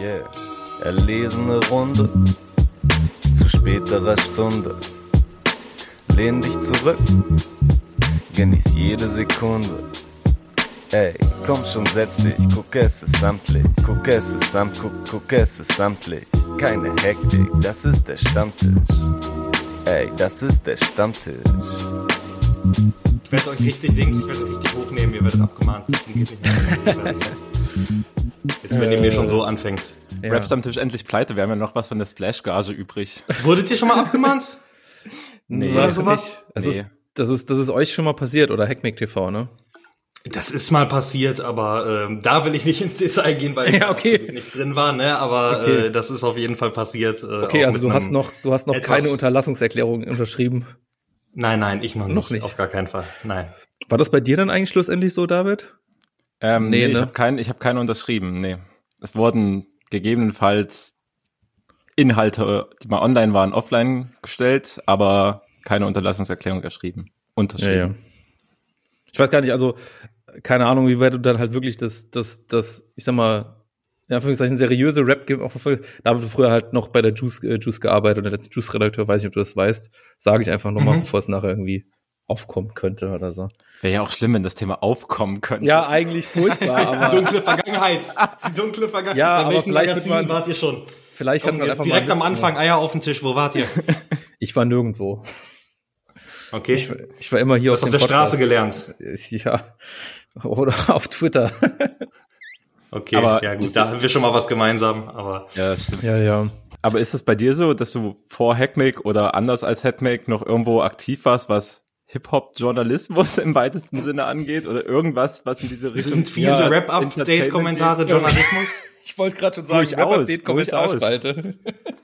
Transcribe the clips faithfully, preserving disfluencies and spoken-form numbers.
Yeah, erlesene Runde zu späterer Stunde. Lehn dich zurück, genieß jede Sekunde. Ey, komm schon, setz dich, guck, es ist samtlich, guck, es ist samt, guck, guck, es ist samtlich. Keine Hektik, das ist der Stammtisch. Ey, das ist der Stammtisch. Ich werde euch richtig Dings, ich werde euch richtig hochnehmen, ihr werdet abgemahnt. Das geht nicht mehr. Jetzt, wenn ihr mir schon so anfängt. Ja. Rap-Stammtisch endlich pleite, wir haben ja noch was von der Splash-Gage übrig. Wurdet ihr schon mal abgemahnt? Nee, oder sowas? Das, Nee. ist, das, ist, das ist euch schon mal passiert, oder Hackmack T V, ne? Das ist mal passiert, aber ähm, da will ich nicht ins Detail gehen, weil ich Ja, okay. absolut nicht drin war, ne? Aber Okay. äh, das ist auf jeden Fall passiert. Äh, Okay, auch also mit du hast einem noch, du hast noch etwas- keine Unterlassungserklärung unterschrieben. Nein, nein, ich noch nicht. Noch nicht. Auf gar keinen Fall. Nein. War das bei dir dann eigentlich schlussendlich so, David? Ähm, Nee, nee, ne? ich habe kein, ich hab keine unterschrieben, nee. Es wurden gegebenenfalls Inhalte, die mal online waren, offline gestellt, aber keine Unterlassungserklärung geschrieben. Unterschrieben. Ich weiß gar nicht, also keine Ahnung, wie weit du dann halt wirklich das, das, das, ich sag mal, in Anführungszeichen seriöse Rap-Game auch verfolgt. Da habe ich früher halt noch bei der Juice, äh, Juice gearbeitet, der letzte Juice-Redakteur, weiß nicht, ob du das weißt, sage ich einfach nochmal, Mhm. bevor es nachher irgendwie aufkommen könnte oder so. Wäre ja auch schlimm, wenn das Thema aufkommen könnte. Ja, eigentlich furchtbar, Die aber dunkle Vergangenheit. Die dunkle Vergangenheit. Ja, Bei aber welchem vielleicht Magazin wird man- wart ihr schon? vielleicht hat Komm, man jetzt einfach direkt mal am Anfang Eier auf den Tisch. Wo wart ihr? Ich war nirgendwo. Okay. Ich, ich war immer hier Du hast auf auf dem der Straße Podcast. gelernt. Ja. Oder auf Twitter. Okay, Aber ja gut, ist- da haben wir schon mal was gemeinsam, aber Ja, stimmt. Ja, ja. Aber ist es bei dir so, dass du vor Hackmack oder anders als Hackmack noch irgendwo aktiv warst, was Hip-Hop-Journalismus im weitesten Sinne angeht oder irgendwas, was in diese Richtung... sind fiese Ja, Rap-Update-Kommentare Entertainment- Journalismus? Ich wollte gerade schon sagen, Durchaus, Rap-Update-Kommentarspalte.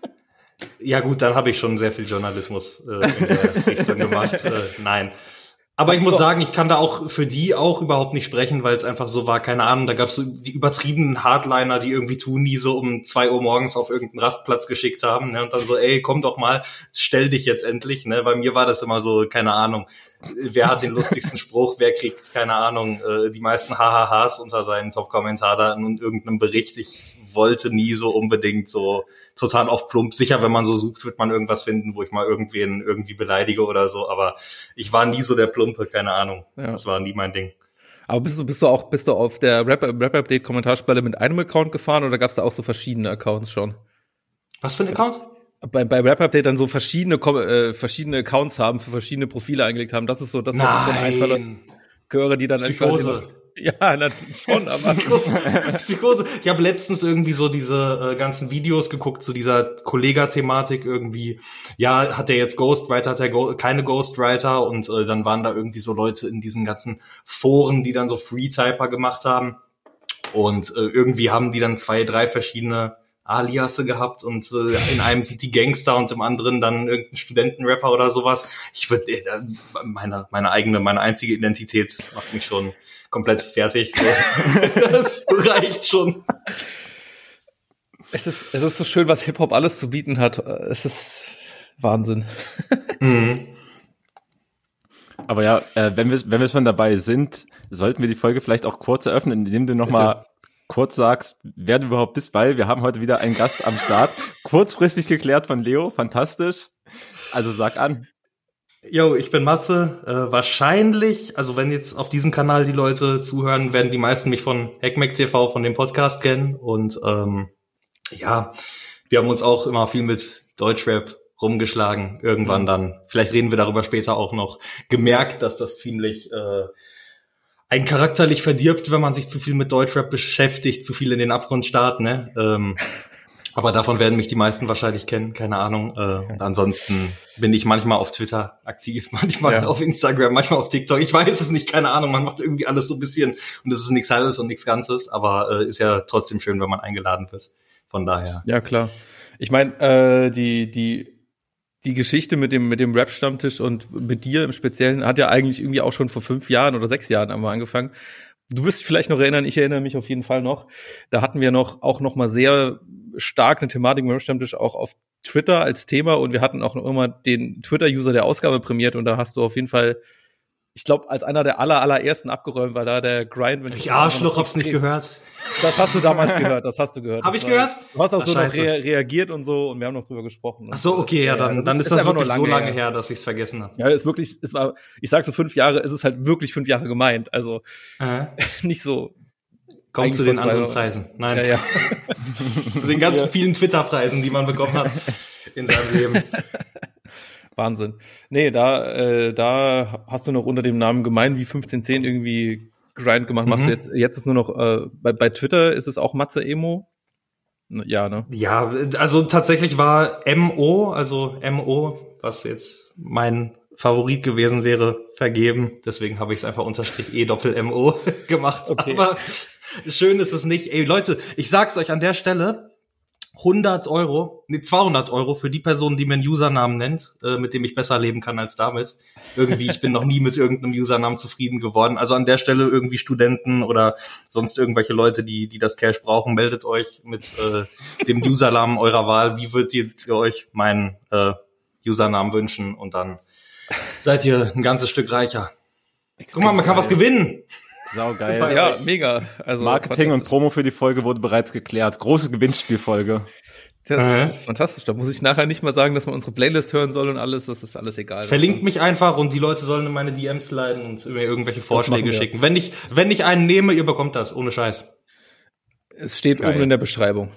Ja gut, dann habe ich schon sehr viel Journalismus äh, in der Richtung gemacht. Äh, nein. Aber ich muss sagen, ich kann da auch für die auch überhaupt nicht sprechen, weil es einfach so war, keine Ahnung, da gab es so die übertriebenen Hardliner, die irgendwie Tuni so um zwei Uhr morgens auf irgendeinen Rastplatz geschickt haben, ne, und dann so, ey, komm doch mal, stell dich jetzt endlich, ne, bei mir war das immer so, keine Ahnung, wer hat den lustigsten Spruch, wer kriegt, keine Ahnung, äh, die meisten Ha Ha Has unter seinen Top-Kommentar da und irgendeinem Bericht. Ich wollte nie so unbedingt so total auf Plump. Sicher, wenn man so sucht, wird man irgendwas finden, wo ich mal irgendwen irgendwie beleidige oder so, aber ich war nie so der Plumpe, keine Ahnung. Ja. Das war nie mein Ding. Aber bist du, bist du auch, bist du auf der Rap- Rap-Update-Kommentarspalte mit einem Account gefahren oder gab es da auch so verschiedene Accounts schon? Was für ein Account? Bei, bei Rap-Update dann so verschiedene, Kom- äh, verschiedene Accounts haben, für verschiedene Profile eingelegt haben. Das ist so, das was ich von ein, zwei Leuten höre, die dann Psychose. einfach... Ja, na, schon, aber... Psychose. Psychose. Ich habe letztens irgendwie so diese äh, ganzen Videos geguckt zu dieser Kollega-Thematik irgendwie. Ja, hat der jetzt Ghostwriter, hat er Go- keine Ghostwriter? Und äh, dann waren da irgendwie so Leute in diesen ganzen Foren, die dann so Freetyper gemacht haben. Und äh, irgendwie haben die dann zwei, drei verschiedene Aliasse gehabt und äh, in einem sind die Gangster und im anderen dann irgendein Studentenrapper oder sowas. Ich würde äh, meine meine eigene meine einzige Identität macht mich schon komplett fertig. So. Das reicht schon. Es ist, es ist so schön, was Hip-Hop alles zu bieten hat. Es ist Wahnsinn. Mhm. Aber ja, äh, wenn wir wenn wir schon dabei sind, sollten wir die Folge vielleicht auch kurz eröffnen, indem du nochmal kurz sagst, wer du überhaupt bist, weil wir haben heute wieder einen Gast am Start. Kurzfristig geklärt von Leo, fantastisch. Also sag an. Yo, ich bin Matze. Äh, wahrscheinlich, also wenn jetzt auf diesem Kanal die Leute zuhören, werden die meisten mich von Hackmack T V, von dem Podcast kennen. Und ähm, ja, wir haben uns auch immer viel mit Deutschrap rumgeschlagen. Irgendwann dann, vielleicht reden wir darüber später auch noch, gemerkt, dass das ziemlich äh, einen charakterlich verdirbt, wenn man sich zu viel mit Deutschrap beschäftigt, zu viel in den Abgrund starrt, ne? Ähm, aber davon werden mich die meisten wahrscheinlich kennen, keine Ahnung. Äh, und ansonsten bin ich manchmal auf Twitter aktiv, manchmal Ja. auf Instagram, manchmal auf TikTok. Ich weiß es nicht, keine Ahnung. Man macht irgendwie alles so ein bisschen und es ist nichts Halbes und nichts Ganzes, aber äh, ist ja trotzdem schön, wenn man eingeladen wird. Von daher. Ja, klar. Ich meine, äh, die, die, die Geschichte mit dem, mit dem Rap-Stammtisch und mit dir im Speziellen hat ja eigentlich irgendwie auch schon vor fünf Jahren oder sechs Jahren einmal angefangen. Du wirst dich vielleicht noch erinnern, ich erinnere mich auf jeden Fall noch. Da hatten wir noch, auch noch mal sehr stark eine Thematik mit dem Rap-Stammtisch auch auf Twitter als Thema und wir hatten auch noch immer den Twitter-User der Ausgabe prämiert und da hast du auf jeden Fall ich glaube, als einer der aller, allerersten abgeräumt, weil da der Grind... Wenn ich Arschloch, hab's nicht gehört. Das hast du damals gehört, das hast du gehört. Hab ich gehört? Du hast auch Ach, so noch scheiße. re- reagiert und so und wir haben noch drüber gesprochen. Ach so, okay, ja, dann, das dann ist, ist das einfach wirklich nur so lange her. her, dass ich's vergessen habe. Ja, ist wirklich, es war, ich sag so fünf Jahre, ist es halt wirklich fünf Jahre gemeint. Also Äh. nicht so. Kommt zu den vor zwei anderen Jahren. Preisen. Nein. Ja, ja. Zu den ganzen vielen Twitter-Preisen, die man bekommen hat in seinem Leben. Wahnsinn. Nee, da, äh, da hast du noch unter dem Namen gemein wie fünfzehn zehn irgendwie Grind gemacht. Machst Mhm. du jetzt, jetzt ist nur noch, äh, bei, bei Twitter ist es auch Matze Emo? Ja, ne? Ja, also tatsächlich war M O, also M O, was jetzt mein Favorit gewesen wäre, vergeben. Deswegen habe ich es einfach unterstrich E Doppel M O gemacht. Okay. Aber schön ist es nicht. Ey, Leute, ich sag's euch an der Stelle, hundert Euro, nee, zweihundert Euro für die Person, die mir einen Usernamen nennt, äh, mit dem ich besser leben kann als damals. Irgendwie, ich bin noch nie mit irgendeinem Usernamen zufrieden geworden. Also an der Stelle irgendwie Studenten oder sonst irgendwelche Leute, die die das Cash brauchen, meldet euch mit äh, dem Usernamen eurer Wahl. Wie würdet ihr, ihr euch meinen äh, Usernamen wünschen? Und dann seid ihr ein ganzes Stück reicher. Guck mal, man kann was gewinnen. Saugeil. Bei Ja, euch. mega. Also Marketing und fantastisch. Promo für die Folge wurde bereits geklärt. Große Gewinnspielfolge. Das Mhm. ist fantastisch. Da muss ich nachher nicht mal sagen, dass man unsere Playlist hören soll und alles. Das ist alles egal. Verlinkt mich einfach und die Leute sollen in meine D Ms sliden und mir irgendwelche Vorschläge machen wir. schicken. Wenn ich, wenn ich einen nehme, ihr bekommt das, ohne Scheiß. Es steht Geil. oben in der Beschreibung.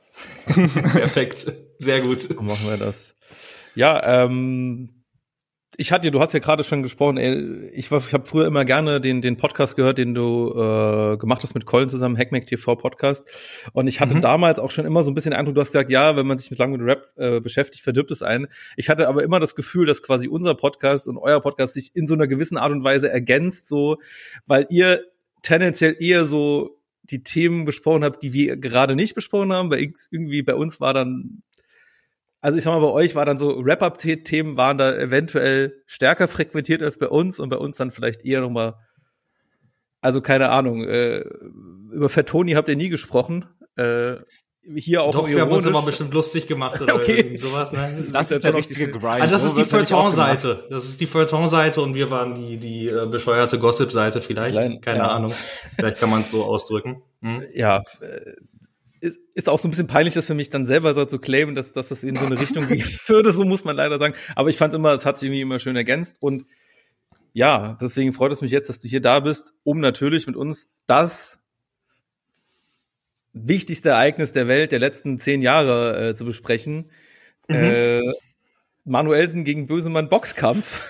Perfekt. Sehr gut. Dann machen wir das. Ja, ähm, ich hatte, du hast ja gerade schon gesprochen, ey, ich, war- ich habe früher immer gerne den den Podcast gehört, den du äh, gemacht hast mit Colin zusammen, Hackmack T V Podcast. Und ich hatte Mhm. damals auch schon immer so ein bisschen den Eindruck, du hast gesagt, ja, wenn man sich mit lange mit Rap äh, beschäftigt, verdirbt es einen. Ich hatte aber immer das Gefühl, dass quasi unser Podcast und euer Podcast sich in so einer gewissen Art und Weise ergänzt, so, weil ihr tendenziell eher so die Themen besprochen habt, die wir gerade nicht besprochen haben, weil irgendwie bei uns war dann Also ich sag mal, bei euch war dann so, Wrap-Up-Themen waren da eventuell stärker frequentiert als bei uns und bei uns dann vielleicht eher nochmal, also keine Ahnung, äh, über Fettoni habt ihr nie gesprochen, äh, hier auch Doch, wir haben uns ironisch. immer bestimmt lustig gemacht oder Okay. irgendwie sowas. Ne? Das ist der richtige Grind. Ah, das So ist die wird's nämlich auch gemacht. Feuilleton-Seite. Das ist die Feuilleton-Seite und wir waren die die äh, bescheuerte Gossip-Seite vielleicht. Klein, Keine ja. Ahnung. Vielleicht kann man es so ausdrücken. Hm? Ja, äh, ist, ist auch so ein bisschen peinlich, das für mich dann selber so zu claimen, dass, dass das in so eine Richtung gehen würde, so muss man leider sagen. Aber ich fand immer, es hat sich irgendwie immer schön ergänzt und ja, deswegen freut es mich jetzt, dass du hier da bist, um natürlich mit uns das wichtigste Ereignis der Welt der letzten zehn Jahre äh, zu besprechen. Mhm. Äh, Manuelsen gegen Bösemann Boxkampf.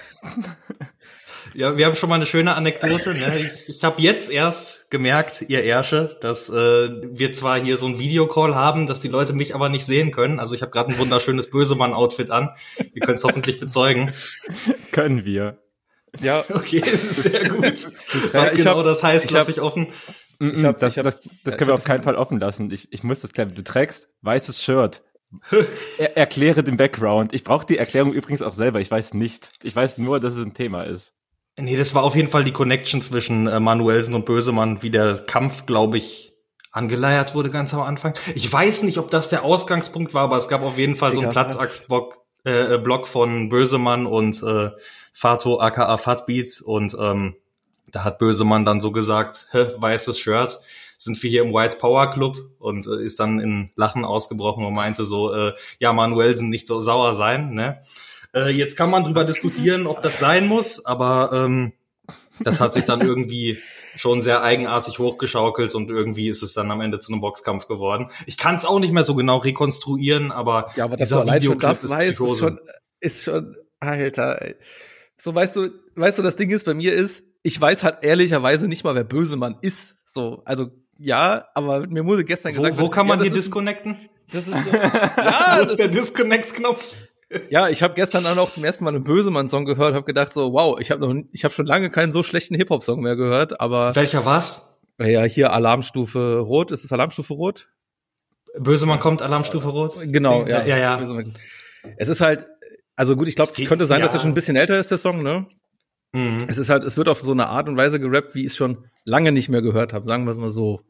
Ja, wir haben schon mal eine schöne Anekdote. Ne? Ich, ich habe jetzt erst gemerkt, ihr Ärsche, dass äh, wir zwar hier so einen Videocall haben, dass die Leute mich aber nicht sehen können. Also ich habe gerade ein wunderschönes Bösemann-Outfit an. Ihr könnt es hoffentlich bezeugen. Können wir. Ja, Okay, es ist sehr gut. Was Ja, ich genau hab- das heißt, ich lasse hab- ich offen. Ich hab- das, ich hab- das, das ich können wir hab auf keinen Fall offen lassen. Ich, ich muss das klären. Du trägst weißes Shirt. Er, erkläre den Background. Ich brauche die Erklärung übrigens auch selber. Ich weiß nicht. Ich weiß nur, dass es ein Thema ist. Nee, das war auf jeden Fall die Connection zwischen äh, Manuelsen und Bösemann, wie der Kampf, glaube ich, angeleiert wurde ganz am Anfang. Ich weiß nicht, ob das der Ausgangspunkt war, aber es gab auf jeden Fall so einen Digga, was? Platzaxtblock äh, Block von Bösemann und äh, Fato aka Fatbeats und ähm, da hat Bösemann dann so gesagt, hä, weißes Shirt, sind wir hier im White Power Club und äh, ist dann in Lachen ausgebrochen und meinte so, äh, ja, Manuelsen nicht so sauer sein, ne? Äh, jetzt kann man drüber diskutieren, ob das sein muss, aber ähm, das hat sich dann irgendwie schon sehr eigenartig hochgeschaukelt und irgendwie ist es dann am Ende zu einem Boxkampf geworden. Ich kann es auch nicht mehr so genau rekonstruieren, aber, ja, aber dass du dieser allein schon Videoclip das ist weißt, ist Psychose. schon, ist schon, Alter, ey. So, weißt du, weißt du, das Ding ist, bei mir ist, ich weiß halt ehrlicherweise nicht mal, wer Bösemann ist. So, also, ja, aber mir wurde gestern Wo, gesagt, wo kann man ja, hier das ist- disconnecten? Das ist so, ja, Wo das ist der Disconnect-Knopf? Ja, ich habe gestern dann auch zum ersten Mal einen Bösemann-Song gehört, habe gedacht so, wow, ich habe noch, ich habe schon lange keinen so schlechten Hip-Hop-Song mehr gehört, aber Welcher war's? ja, hier Alarmstufe Rot, ist es Alarmstufe Rot? Bösemann kommt, Alarmstufe Rot? Genau, ja, Ja, ja. Bösemann. Es ist halt, also gut, ich glaube, Es geht- könnte sein, dass ja. er schon ein bisschen älter ist, der Song, ne? Mhm. Es ist halt, es wird auf so eine Art und Weise gerappt, wie ich es schon lange nicht mehr gehört habe, sagen wir es mal so.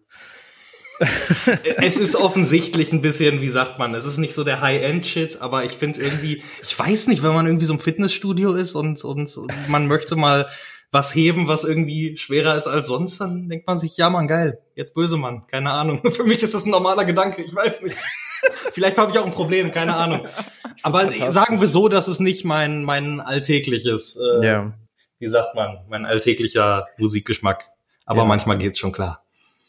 Es ist offensichtlich ein bisschen, wie sagt man, es ist nicht so der High-End-Shit, aber ich finde irgendwie, ich weiß nicht, wenn man irgendwie so im Fitnessstudio ist und, und man möchte mal was heben, was irgendwie schwerer ist als sonst, dann denkt man sich, ja Mann, geil, jetzt Bösemann, keine Ahnung. Für mich ist das ein normaler Gedanke, ich weiß nicht. Vielleicht habe ich auch ein Problem, keine Ahnung. Aber sagen wir so, dass es nicht mein mein alltägliches, äh, Ja. wie sagt man, mein alltäglicher Musikgeschmack. Aber Ja. manchmal geht's schon klar.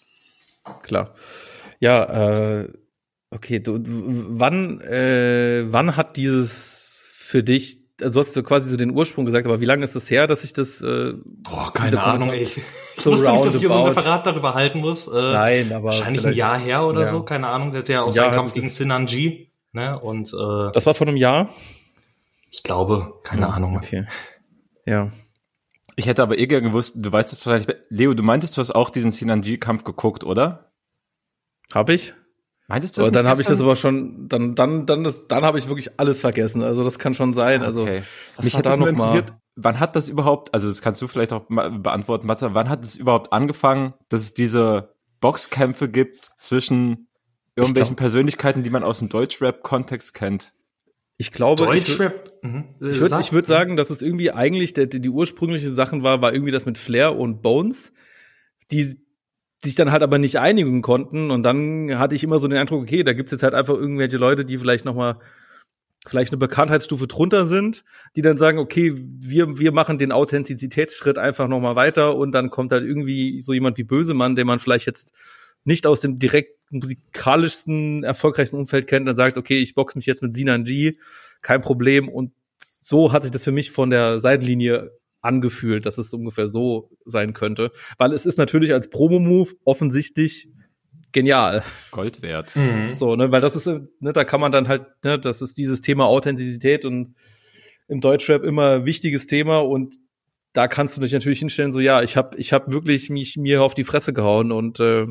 Klar. Ja, äh, okay, du, du- wann, äh, wann hat dieses für dich, also du hast so quasi so den Ursprung gesagt, aber wie lange ist es her, dass ich das, äh, Boah, Diese keine Ahnung, Kommentare- ey. Ich So wusste nicht, dass ich hier so ein roundabout. Referat darüber halten muss. Äh, nein, aber wahrscheinlich ein vielleicht- Jahr her oder Ja. so, keine Ahnung. Der hat ja auch Ein seinen Jahr Kampf hat gegen es- Sinanji, ne? Und äh, Das war vor einem Jahr? ich glaube, keine Ahnung. Okay. Ja. Ich hätte aber eh gern gewusst, du weißt es wahrscheinlich, Leo, du meintest, du hast auch diesen Sinanji-Kampf geguckt, oder? Habe ich? Meintest du Aber das dann nicht habe ich das gestern? aber schon, dann, dann, dann, das, dann habe ich wirklich alles vergessen. Also das kann schon sein. Also Okay. was Mich war hat da das nur noch mal? interessiert, wann hat das überhaupt, also das kannst du vielleicht auch mal beantworten, Matze, wann hat es überhaupt angefangen, dass es diese Boxkämpfe gibt zwischen irgendwelchen glaub- Persönlichkeiten, die man aus dem Deutschrap-Kontext kennt? Ich glaube, ich, wür- Deutschrap. Mhm. Äh, ich würde sag- ich würd sagen, dass es irgendwie eigentlich der, die, die ursprüngliche Sachen war, war irgendwie das mit Flair und Bones, die sich dann halt aber nicht einigen konnten. Und dann hatte ich immer so den Eindruck, okay, da gibt's jetzt halt einfach irgendwelche Leute, die vielleicht noch mal vielleicht eine Bekanntheitsstufe drunter sind, die dann sagen, okay, wir wir machen den Authentizitätsschritt einfach noch mal weiter und dann kommt halt irgendwie so jemand wie Bösemann, den man vielleicht jetzt nicht aus dem direkt musikalischsten, erfolgreichsten Umfeld kennt, dann sagt, okay, ich boxe mich jetzt mit Sinanji, kein Problem. Und so hat sich das für mich von der Seitenlinie angefühlt, dass es ungefähr so sein könnte. Weil es ist natürlich als Promo-Move offensichtlich genial. Gold wert. Mhm. So, ne, weil das ist, ne, da kann man dann halt, ne, das ist dieses Thema Authentizität und im Deutschrap immer wichtiges Thema und da kannst du dich natürlich hinstellen, so ja, ich habe ich hab wirklich mich mir auf die Fresse gehauen und äh,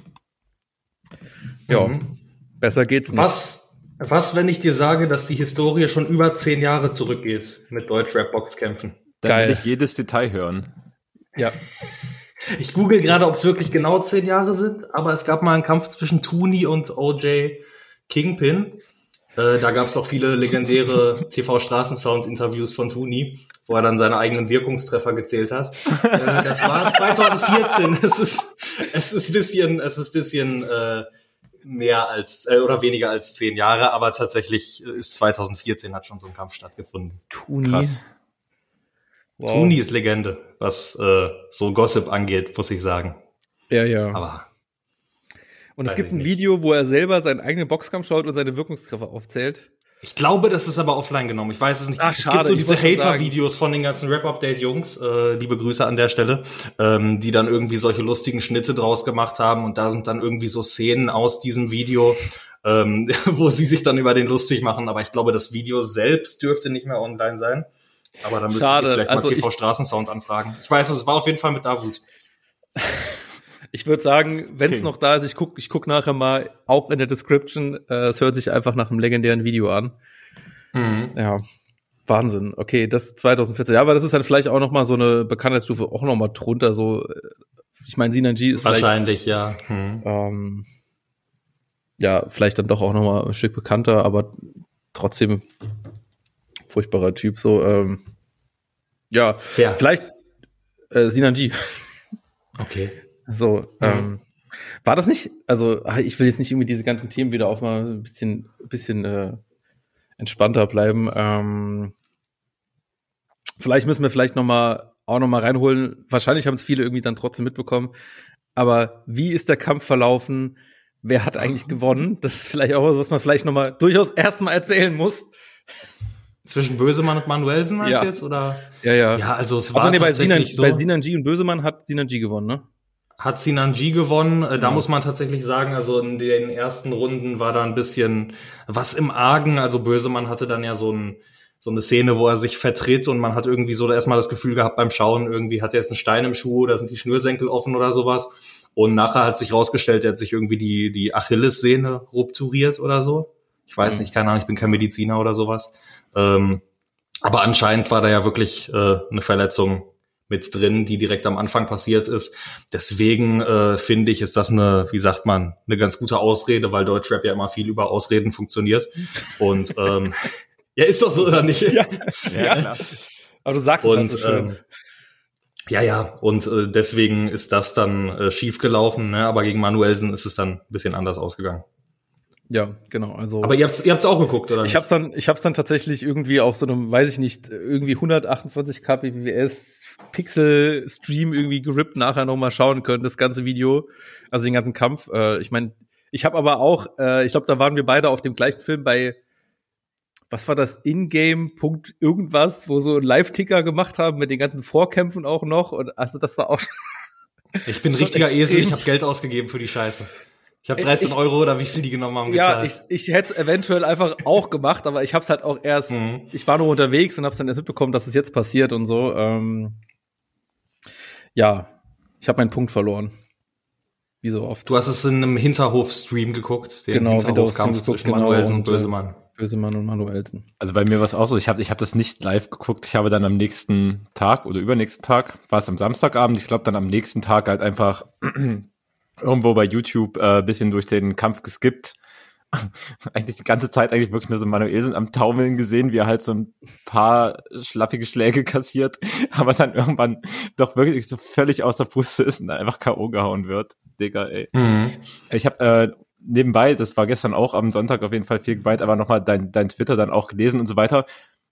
ja, Mhm. besser geht's nicht. Was, was, wenn ich dir sage, dass die Historie schon über zehn Jahre zurückgeht mit Deutschrap-Boxkämpfen? Dann Geil. will ich jedes Detail hören. Ja. Ich google gerade, ob es wirklich genau zehn Jahre sind, aber es gab mal einen Kampf zwischen Toonie und O J Kingpin. Äh, da gab es auch viele legendäre T V-Straßensound-Interviews von Toonie, wo er dann seine eigenen Wirkungstreffer gezählt hat. Äh, das war zwanzig vierzehn. Es ist, es ist bisschen, es ist bisschen äh, mehr als äh, oder weniger als zehn Jahre, aber tatsächlich ist zwanzig vierzehn hat schon so ein Kampf stattgefunden. Tuni. Krass. Wow. Toonie ist Legende, was äh, so Gossip angeht, muss ich sagen. Ja, ja. Aber Und es weiß gibt ich ein nicht. Video, wo er selber seinen eigenen Boxkampf schaut und seine Wirkungstreffer aufzählt. ich glaube, das ist aber offline genommen. Ich weiß es nicht. Ach, es schade, gibt so ich diese wollte schon sagen. Hater-Videos von den ganzen Rap-Update-Jungs, äh, liebe Grüße an der Stelle, ähm, die dann irgendwie solche lustigen Schnitte draus gemacht haben und da sind dann irgendwie so Szenen aus diesem Video, ähm, wo sie sich dann über den lustig machen. Aber ich glaube, das Video selbst dürfte nicht mehr online sein. Aber da müsst Schade, ihr vielleicht also mal ich- T V-Straßensound anfragen. Ich weiß, es war auf jeden Fall mit Davut. Ich würde sagen, wenn es King. noch da ist, ich guck, ich guck nachher mal auch in der Description. Äh, es hört sich einfach nach einem legendären Video an. Mhm. Ja, Wahnsinn. Okay, das zwanzig vierzehn. Ja, aber das ist dann vielleicht auch noch mal so eine Bekanntheitsstufe auch noch mal drunter. So, äh, ich meine, Sinanji ist vielleicht, Wahrscheinlich, ja. Mhm. ähm, ja, vielleicht dann doch auch noch mal ein Stück bekannter, aber trotzdem furchtbarer Typ. So, ähm, ja, Ja, vielleicht äh, Sinanji. okay. So, ähm, war das nicht, also ich will jetzt nicht irgendwie diese ganzen Themen wieder auch mal ein bisschen, bisschen äh, entspannter bleiben. Ähm, vielleicht müssen wir vielleicht noch mal auch noch mal reinholen. Wahrscheinlich haben es viele irgendwie dann trotzdem mitbekommen. Aber wie ist der Kampf verlaufen? Wer hat eigentlich gewonnen? Das ist vielleicht auch was, was man vielleicht noch mal durchaus erstmal erzählen muss. Zwischen Bösemann und Manuelsen meinst Ja. du jetzt? Oder? Ja, ja. Ja, also es war Also nee, bei, Sinan, tatsächlich so. bei Sinanji und Bösemann hat Sinanji gewonnen, ne? Hat Sinanji gewonnen. Äh, Da Ja. muss man tatsächlich sagen, also in den ersten Runden war da ein bisschen was im Argen. Also Bösemann hatte dann ja so, ein, so eine Szene, wo er sich vertritt und man hat irgendwie so erstmal das Gefühl gehabt beim Schauen, irgendwie hat er jetzt einen Stein im Schuh oder sind die Schnürsenkel offen oder sowas. Und nachher hat sich rausgestellt, er hat sich irgendwie die, die Achillessehne rupturiert oder so. Ich weiß Mhm. nicht, keine Ahnung, ich bin kein Mediziner oder sowas. Ähm, aber anscheinend war da ja wirklich äh, eine Verletzung mit drin, die direkt am Anfang passiert ist. Deswegen äh, finde ich, ist das eine, wie sagt man, eine ganz gute Ausrede, weil Deutschrap ja immer viel über Ausreden funktioniert. Und ähm, ja, ist doch so, oder nicht? Ja. Ja, klar. Aber du sagst es halt Und so schön. ähm, Ja, ja, und äh, deswegen ist das dann äh, schief gelaufen, ne? Aber gegen Manuelsen ist es dann ein bisschen anders ausgegangen. Ja, genau. Also. Aber ihr habt's, ihr habt's auch geguckt, oder? Ich hab's dann, ich hab's dann tatsächlich irgendwie auf so einem, weiß ich nicht, irgendwie hundertachtundzwanzig K B P S Pixel Stream irgendwie gerippt nachher noch mal schauen können, das ganze Video, also den ganzen Kampf. Äh, ich meine, ich habe aber auch, äh, ich glaube, da waren wir beide auf dem gleichen Film bei. Was war das? Ingame Punkt irgendwas, wo so ein Live-Ticker gemacht haben mit den ganzen Vorkämpfen auch noch. Und also das war auch. Ich bin richtiger Esel, ich habe Geld ausgegeben für die Scheiße. Ich habe dreizehn ich, Euro oder wie viel die genommen haben gezahlt. Ja, ich, ich hätte es eventuell einfach auch gemacht, aber ich habe es halt auch erst, mhm. ich war nur unterwegs und habe es dann erst mitbekommen, dass es jetzt passiert und so. Ähm, ja, ich habe meinen Punkt verloren. Wie so oft. Du hast es in einem Hinterhof-Stream geguckt, den genau, Hinterhof-Kampf zwischen genau, Manuelsen und Bösemann. Bösemann und Manuelsen. Also bei mir war es auch so, ich habe ich hab das nicht live geguckt, ich habe dann am nächsten Tag oder übernächsten Tag, war es am Samstagabend, ich glaube dann am nächsten Tag halt einfach irgendwo bei YouTube äh, bisschen durch den Kampf geskippt. Eigentlich die ganze Zeit eigentlich wirklich nur so Manuelsen am Taumeln gesehen, wie er halt so ein paar schlappige Schläge kassiert, aber dann irgendwann doch wirklich so völlig außer Puste ist und einfach K O gehauen wird. Digga, ey. Mhm. Ich habe äh, nebenbei, das war gestern auch am Sonntag auf jeden Fall viel geweiht, aber nochmal dein, dein Twitter dann auch gelesen und so weiter.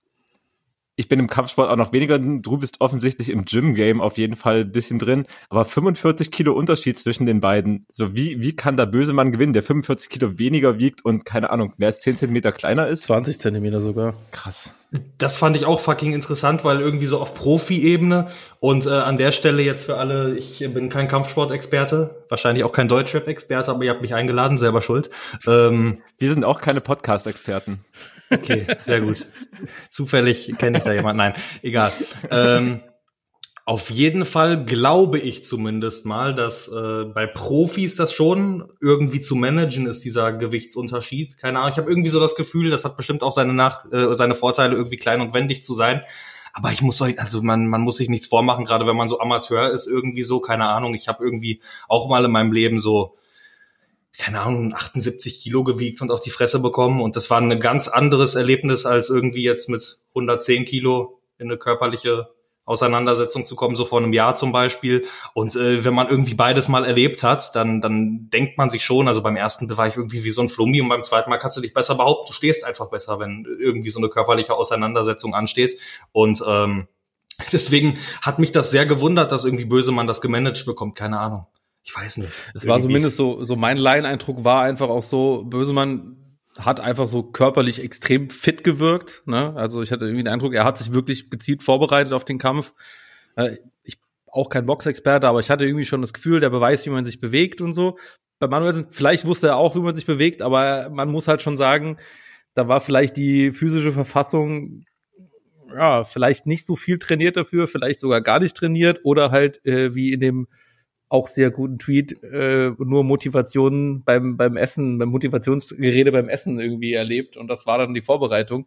Ich bin im Kampfsport auch noch weniger, du bist offensichtlich im Gym-Game auf jeden Fall ein bisschen drin, aber fünfundvierzig Kilo Unterschied zwischen den beiden, so wie wie kann der Bösemann gewinnen, der fünfundvierzig Kilo weniger wiegt und keine Ahnung, mehr als zehn Zentimeter kleiner ist? zwanzig Zentimeter sogar. Krass. Das fand ich auch fucking interessant, weil irgendwie so auf Profi-Ebene und äh, an der Stelle jetzt für alle, ich bin kein Kampfsport-Experte, wahrscheinlich auch kein Deutschrap-Experte, aber ihr habt mich eingeladen, selber schuld. Ähm, Wir sind auch keine Podcast-Experten. Okay, sehr gut. Zufällig kenne ich da jemanden. Nein, egal. Ähm, auf jeden Fall glaube ich zumindest mal, dass äh, bei Profis das schon irgendwie zu managen ist, dieser Gewichtsunterschied. Keine Ahnung, ich habe irgendwie so das Gefühl, das hat bestimmt auch seine Nach äh, seine Vorteile, irgendwie klein und wendig zu sein. Aber ich muss euch, also man man muss sich nichts vormachen, gerade wenn man so Amateur ist, irgendwie so, keine Ahnung. Ich habe irgendwie auch mal in meinem Leben so keine Ahnung, achtundsiebzig Kilo gewiegt und auf die Fresse bekommen. Und das war ein ganz anderes Erlebnis, als irgendwie jetzt mit hundertzehn Kilo in eine körperliche Auseinandersetzung zu kommen, so vor einem Jahr zum Beispiel. Und äh, wenn man irgendwie beides mal erlebt hat, dann dann denkt man sich schon, also beim ersten war ich irgendwie wie so ein Flummi und beim zweiten Mal kannst du dich besser behaupten. Du stehst einfach besser, wenn irgendwie so eine körperliche Auseinandersetzung ansteht. Und ähm, deswegen hat mich das sehr gewundert, dass irgendwie Bösemann das gemanagt bekommt. Keine Ahnung. Ich weiß nicht. Es war zumindest so, so mein Laieneindruck war einfach auch so, Bösemann hat einfach so körperlich extrem fit gewirkt, ne? Also ich hatte irgendwie den Eindruck, er hat sich wirklich gezielt vorbereitet auf den Kampf. Ich auch kein Boxexperte, aber ich hatte irgendwie schon das Gefühl, der beweist, wie man sich bewegt und so. Bei Manuelsen, vielleicht wusste er auch, wie man sich bewegt, aber man muss halt schon sagen, da war vielleicht die physische Verfassung ja, vielleicht nicht so viel trainiert dafür, vielleicht sogar gar nicht trainiert oder halt äh, wie in dem auch sehr guten Tweet, äh, nur Motivation beim beim Essen, beim Motivationsgerede beim Essen irgendwie erlebt und das war dann die Vorbereitung.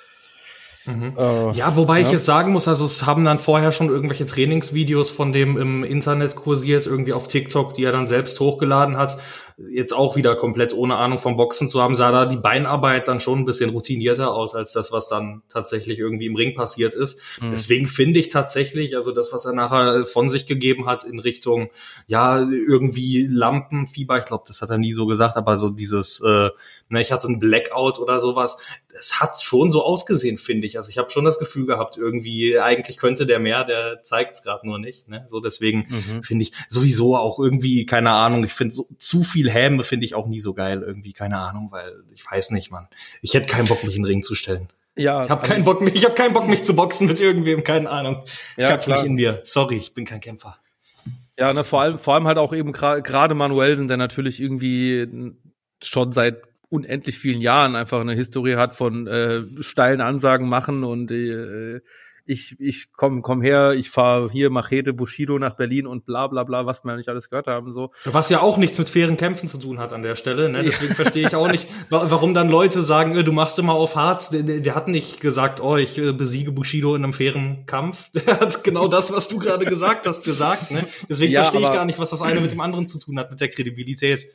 Mhm. Äh, ja, wobei ja. ich jetzt sagen muss, also es haben dann vorher schon irgendwelche Trainingsvideos von dem im Internet kursiert, irgendwie auf TikTok, die er dann selbst hochgeladen hat. Jetzt auch wieder komplett ohne Ahnung vom Boxen zu haben, sah da die Beinarbeit dann schon ein bisschen routinierter aus, als das, was dann tatsächlich irgendwie im Ring passiert ist. Mhm. Deswegen finde ich tatsächlich, also das, was er nachher von sich gegeben hat in Richtung, ja, irgendwie Lampenfieber, ich glaube, das hat er nie so gesagt, aber so dieses, äh, ne, ich hatte einen Blackout oder sowas, es hat schon so ausgesehen, finde ich. Also ich habe schon das Gefühl gehabt, irgendwie, eigentlich könnte der mehr, der zeigt's gerade nur nicht. Ne? So deswegen mhm. finde ich sowieso auch irgendwie, keine Ahnung, ich finde so zu viel Häme finde ich auch nie so geil irgendwie, keine Ahnung, weil ich weiß nicht, Mann. Ich hätte keinen Bock, mich in den Ring zu stellen. Ja, ich habe keinen Bock, mich, ich habe keinen Bock, mich zu boxen mit irgendwem, keine Ahnung. Ja, ich hab's nicht in mir. Sorry, ich bin kein Kämpfer. Ja, ne, vor allem, vor allem halt auch eben gerade gra- Manuelsen, der natürlich irgendwie schon seit unendlich vielen Jahren einfach eine Historie hat von äh, steilen Ansagen machen und äh, ich ich komm komm her, ich fahre hier Machete Bushido nach Berlin und bla bla bla, was wir nicht alles gehört haben so. Was ja auch nichts mit fairen Kämpfen zu tun hat an der Stelle, ne? Deswegen ja. verstehe ich auch nicht, warum dann Leute sagen, du machst immer auf hart. Der, der hat nicht gesagt, oh, ich besiege Bushido in einem fairen Kampf. Der hat genau das, was du gerade gesagt hast, gesagt, ne? Deswegen ja, verstehe ich gar nicht, was das eine mit dem anderen zu tun hat, mit der Kredibilität.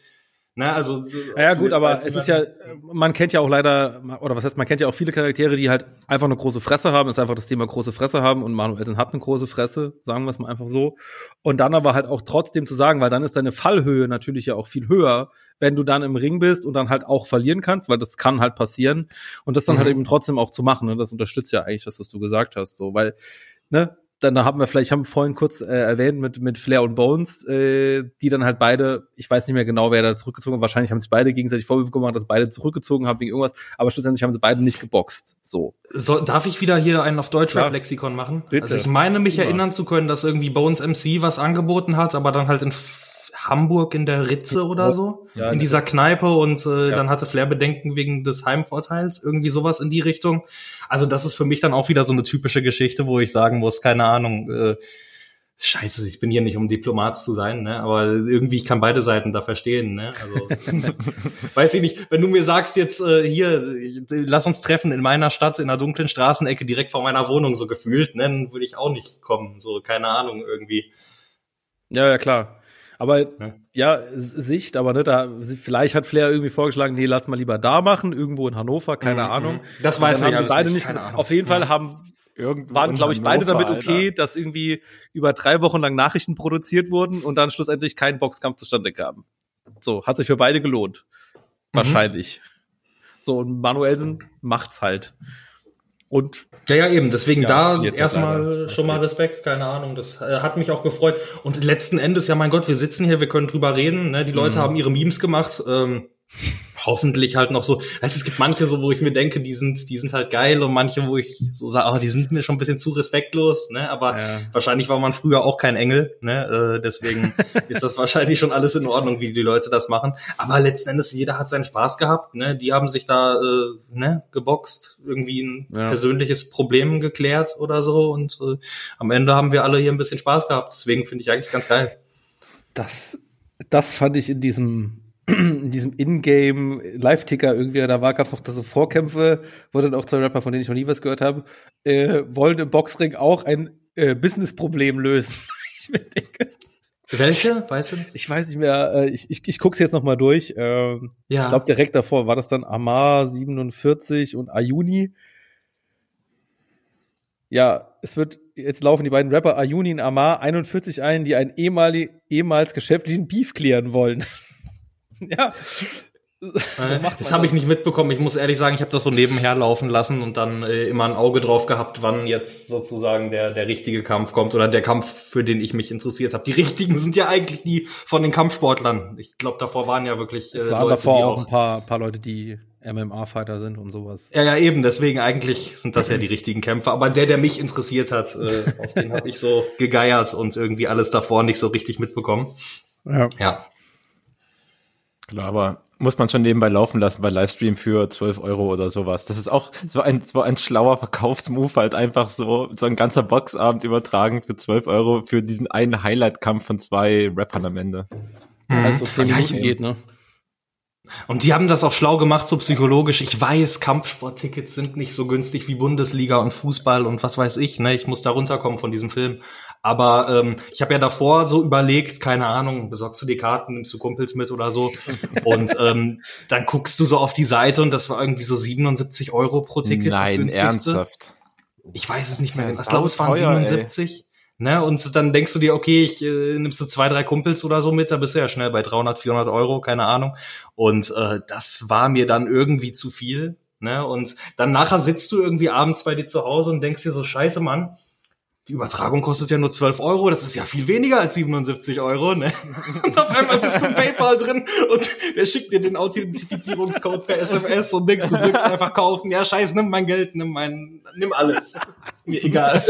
Ne, also, ja, ja gut, aber weißt, es ist ja, man kennt ja auch leider, oder was heißt, man kennt ja auch viele Charaktere, die halt einfach eine große Fresse haben, das ist einfach das Thema große Fresse haben und Manuelsen hat eine große Fresse, sagen wir es mal einfach so. Und dann aber halt auch trotzdem zu sagen, weil dann ist deine Fallhöhe natürlich ja auch viel höher, wenn du dann im Ring bist und dann halt auch verlieren kannst, weil das kann halt passieren und das dann mhm. halt eben trotzdem auch zu machen, ne? Das unterstützt ja eigentlich das, was du gesagt hast, so, weil, ne, dann haben wir vielleicht, haben wir vorhin kurz äh, erwähnt mit mit Flair und Bones, äh, die dann halt beide, ich weiß nicht mehr genau, wer da zurückgezogen hat, wahrscheinlich haben sich beide gegenseitig Vorwürfe gemacht, dass beide zurückgezogen haben wegen irgendwas, aber schlussendlich haben sie beide nicht geboxt. So. So, darf ich wieder hier einen auf Deutschrap-Lexikon machen? Bitte. Also ich meine mich ja. erinnern zu können, dass irgendwie Bones M C was angeboten hat, aber dann halt in Hamburg in der Ritze oder so, ja, in dieser Kneipe und äh, ja. dann hatte Flair Bedenken wegen des Heimvorteils, irgendwie sowas in die Richtung. Also das ist für mich dann auch wieder so eine typische Geschichte, wo ich sagen muss, keine Ahnung, äh, scheiße, ich bin hier nicht, um Diplomat zu sein, ne? Aber irgendwie, ich kann beide Seiten da verstehen, ne? Also weiß ich nicht, wenn du mir sagst jetzt äh, hier, lass uns treffen in meiner Stadt, in einer dunklen Straßenecke, direkt vor meiner Wohnung so gefühlt, ne? Dann würde ich auch nicht kommen, so, keine Ahnung, irgendwie. Ja, ja, klar. Aber ja. ja, Sicht, aber ne, da vielleicht hat Flair irgendwie vorgeschlagen, nee, lass mal lieber da machen, irgendwo in Hannover, keine mhm. Ahnung. Das weiß ich alles beide nicht. nicht auf jeden Fall haben irgendwo waren, glaube ich, beide damit okay, Alter. Dass irgendwie über drei Wochen lang Nachrichten produziert wurden und dann schlussendlich kein Boxkampf zustande kam. So, hat sich für beide gelohnt. Mhm. Wahrscheinlich. So, und Manuelsen macht's halt. Und ja, ja, eben. Deswegen ja, da erstmal schon mal Respekt, keine Ahnung. Das äh, hat mich auch gefreut. Und letzten Endes, ja, mein Gott, wir sitzen hier, wir können drüber reden. Ne? Die Leute mhm. haben ihre Memes gemacht. Ähm, hoffentlich halt noch so. Weißt, es gibt manche so, wo ich mir denke, die sind, die sind halt geil und manche, wo ich so sage, oh, die sind mir schon ein bisschen zu respektlos. Ne? Aber ja. wahrscheinlich war man früher auch kein Engel. Ne? Äh, deswegen ist das wahrscheinlich schon alles in Ordnung, wie die Leute das machen. Aber letzten Endes, jeder hat seinen Spaß gehabt. Ne? Die haben sich da äh, ne, geboxt, irgendwie ein ja. persönliches Problem geklärt oder so. Und äh, am Ende haben wir alle hier ein bisschen Spaß gehabt. Deswegen finde ich eigentlich ganz geil. Das, das fand ich in diesem in diesem Ingame-Live-Ticker irgendwie, da war, gab's noch so Vorkämpfe, wo dann auch zwei Rapper, von denen ich noch nie was gehört habe, äh, wollen im Boxring auch ein äh, Business-Problem lösen. Ich mir denke, welche? Weißt du das? Ich weiß nicht mehr, äh, ich, ich, ich guck's jetzt noch mal durch. Ähm, ja. Ich glaube, direkt davor war das dann Amar siebenundvierzig und Ayuni. Ja, es wird, jetzt laufen die beiden Rapper Ayuni und Amar einundvierzig ein, die einen ehemalig, ehemals geschäftlichen Beef klären wollen. Ja, so macht das habe ich nicht mitbekommen. Ich muss ehrlich sagen, ich habe das so nebenher laufen lassen und dann äh, immer ein Auge drauf gehabt, wann jetzt sozusagen der der richtige Kampf kommt oder der Kampf, für den ich mich interessiert habe. Die richtigen sind ja eigentlich die von den Kampfsportlern. Ich glaube, davor waren ja wirklich äh, es waren Leute, davor die auch ein paar paar Leute, die M M A-Fighter sind und sowas. Ja, ja, eben. Deswegen eigentlich sind das ja die richtigen Kämpfer. Aber der, der mich interessiert hat, äh, auf den habe ich so gegeiert und irgendwie alles davor nicht so richtig mitbekommen. Ja. Ja. Klar, aber muss man schon nebenbei laufen lassen bei Livestream für zwölf Euro oder sowas. Das ist auch so ein, so ein schlauer Verkaufsmove, halt einfach so, so ein ganzer Boxabend übertragen für zwölf Euro für diesen einen Highlight-Kampf von zwei Rappern am Ende. Mhm. Halt so zehn Minuten geht, ne? Und die haben das auch schlau gemacht, so psychologisch. Ich weiß, Kampfsporttickets sind nicht so günstig wie Bundesliga und Fußball und was weiß ich, ne? Ich muss da runterkommen von diesem Film. Aber ähm, ich habe ja davor so überlegt, keine Ahnung, besorgst du dir Karten, nimmst du Kumpels mit oder so. Und ähm, dann guckst du so auf die Seite und das war irgendwie so siebenundsiebzig Euro pro Ticket. Nein, das ernsthaft? Ich weiß es nicht mehr. Ich glaube, es waren siebenundsiebzig. Ey. Ne, und dann denkst du dir, okay, ich äh, nimmst du zwei, drei Kumpels oder so mit, da bist du ja schnell bei dreihundert, vierhundert Euro, keine Ahnung. Und äh, das war mir dann irgendwie zu viel. Ne, und dann nachher sitzt du irgendwie abends bei dir zu Hause und denkst dir so, scheiße, Mann, die Übertragung kostet ja nur zwölf Euro, das ist ja viel weniger als siebenundsiebzig Euro, ne? Und auf einmal bist du im PayPal drin und der schickt dir den Authentifizierungscode per S M S und denkst, du drückst einfach kaufen. Ja, scheiße, nimm mein Geld, nimm mein, nimm alles. Ist mir egal.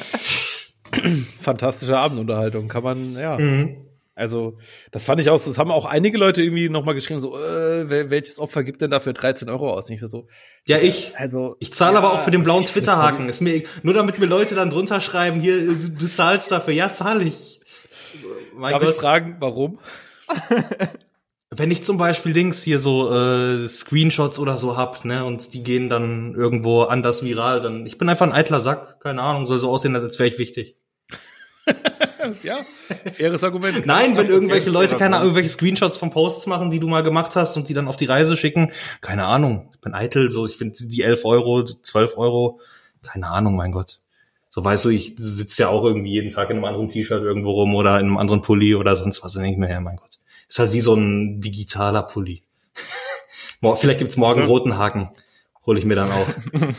Fantastische Abendunterhaltung, kann man, ja. Mhm. Also, das fand ich auch, das haben auch einige Leute irgendwie nochmal geschrieben, so, äh, welches Opfer gibt denn dafür dreizehn Euro aus? Nicht für so. Ja, ich. Also, ich zahle ja, aber auch für den blauen Twitter-Haken. Ist mir, nur damit mir Leute dann drunter schreiben, hier, du, du zahlst dafür. Ja, zahle ich. Mein Darf Gott. Ich fragen, warum? Wenn ich zum Beispiel Links hier so äh, Screenshots oder so hab, ne, und die gehen dann irgendwo anders viral, dann ich bin einfach ein eitler Sack, keine Ahnung, soll so aussehen, als wäre ich wichtig. Ja, faires Argument. Nein, wenn irgendwelche Leute, keine Ahnung, irgendwelche Screenshots von Posts machen, die du mal gemacht hast und die dann auf die Reise schicken, keine Ahnung, ich bin eitel, so, ich finde die elf Euro, zwölf Euro, keine Ahnung, mein Gott. So, weißt du, ich sitze ja auch irgendwie jeden Tag in einem anderen T-Shirt irgendwo rum oder in einem anderen Pulli oder sonst was, dann denke ich mir, ja, mein Gott. Ist halt wie so ein digitaler Pulli. Vielleicht gibt's morgen einen roten Haken. Hole ich mir dann auch.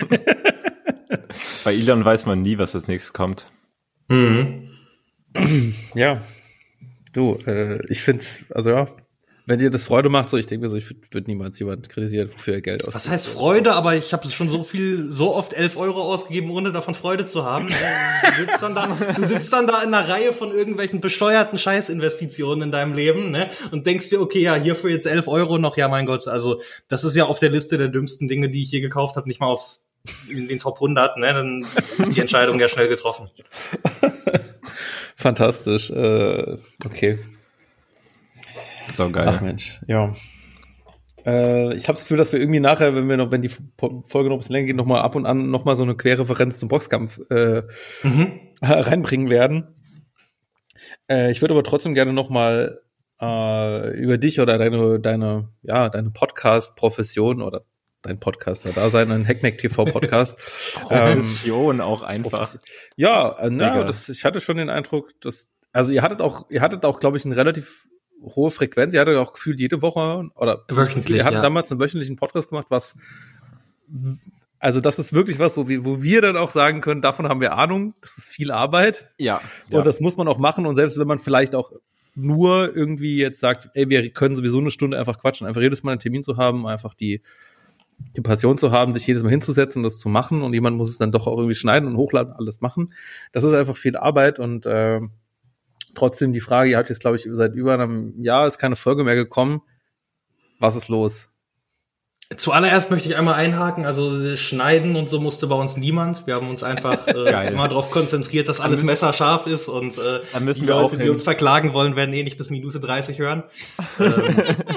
Bei Elon weiß man nie, was als nächstes kommt. Mhm. Ja, du, äh, ich find's, also ja, wenn dir das Freude macht, so, ich denke mir so, ich würde würd niemals jemand kritisieren, wofür er Geld ausgibt. Was heißt Freude? Aber ich habe schon so viel, so oft elf Euro ausgegeben, ohne davon Freude zu haben. Du sitzt dann da, du sitzt dann da in einer Reihe von irgendwelchen bescheuerten Scheißinvestitionen in deinem Leben, ne? Und denkst dir, okay, ja, hierfür jetzt elf Euro noch, ja, mein Gott. Also, das ist ja auf der Liste der dümmsten Dinge, die ich je gekauft habe, nicht mal auf in den Top hundert, ne? Dann ist die Entscheidung ja schnell getroffen. Fantastisch, äh, okay. So geil. Ach Mensch, ja. Äh, ich habe das Gefühl, dass wir irgendwie nachher, wenn wir noch, wenn die Folge noch ein bisschen länger geht, noch mal ab und an noch mal so eine Querreferenz zum Boxkampf äh, mhm. reinbringen werden. Äh, ich würde aber trotzdem gerne noch mal äh, über dich oder deine deine ja deine Podcast-Profession oder dein Podcaster-Dasein, ein Hackmack-T V-Podcast. Profession ähm, auch einfach. Ja, äh, na, das, ich hatte schon den Eindruck, dass also ihr hattet auch, ihr hattet auch, glaube ich, einen relativ hohe Frequenz. Ihr hattet auch gefühlt jede Woche oder wöchentlich. Ihr hattet ja. damals einen wöchentlichen Podcast gemacht, was also das ist wirklich was, wo wir, wo wir dann auch sagen können, davon haben wir Ahnung, das ist viel Arbeit. Ja. Und ja. das muss man auch machen. Und selbst wenn man vielleicht auch nur irgendwie jetzt sagt, ey, wir können sowieso eine Stunde einfach quatschen, einfach jedes Mal einen Termin zu haben, einfach die die Passion zu haben, sich jedes Mal hinzusetzen und das zu machen und jemand muss es dann doch auch irgendwie schneiden und hochladen, alles machen. Das ist einfach viel Arbeit und äh, trotzdem die Frage, ihr habt jetzt, glaube ich, seit über einem Jahr ist keine Folge mehr gekommen. Was ist los? Zuallererst möchte ich einmal einhaken, also schneiden und so musste bei uns niemand. Wir haben uns einfach äh, immer darauf konzentriert, dass alles messerscharf ist und äh, dann müssen die wir Leute, auch die uns verklagen wollen, werden eh nicht bis Minute dreißig hören. ähm,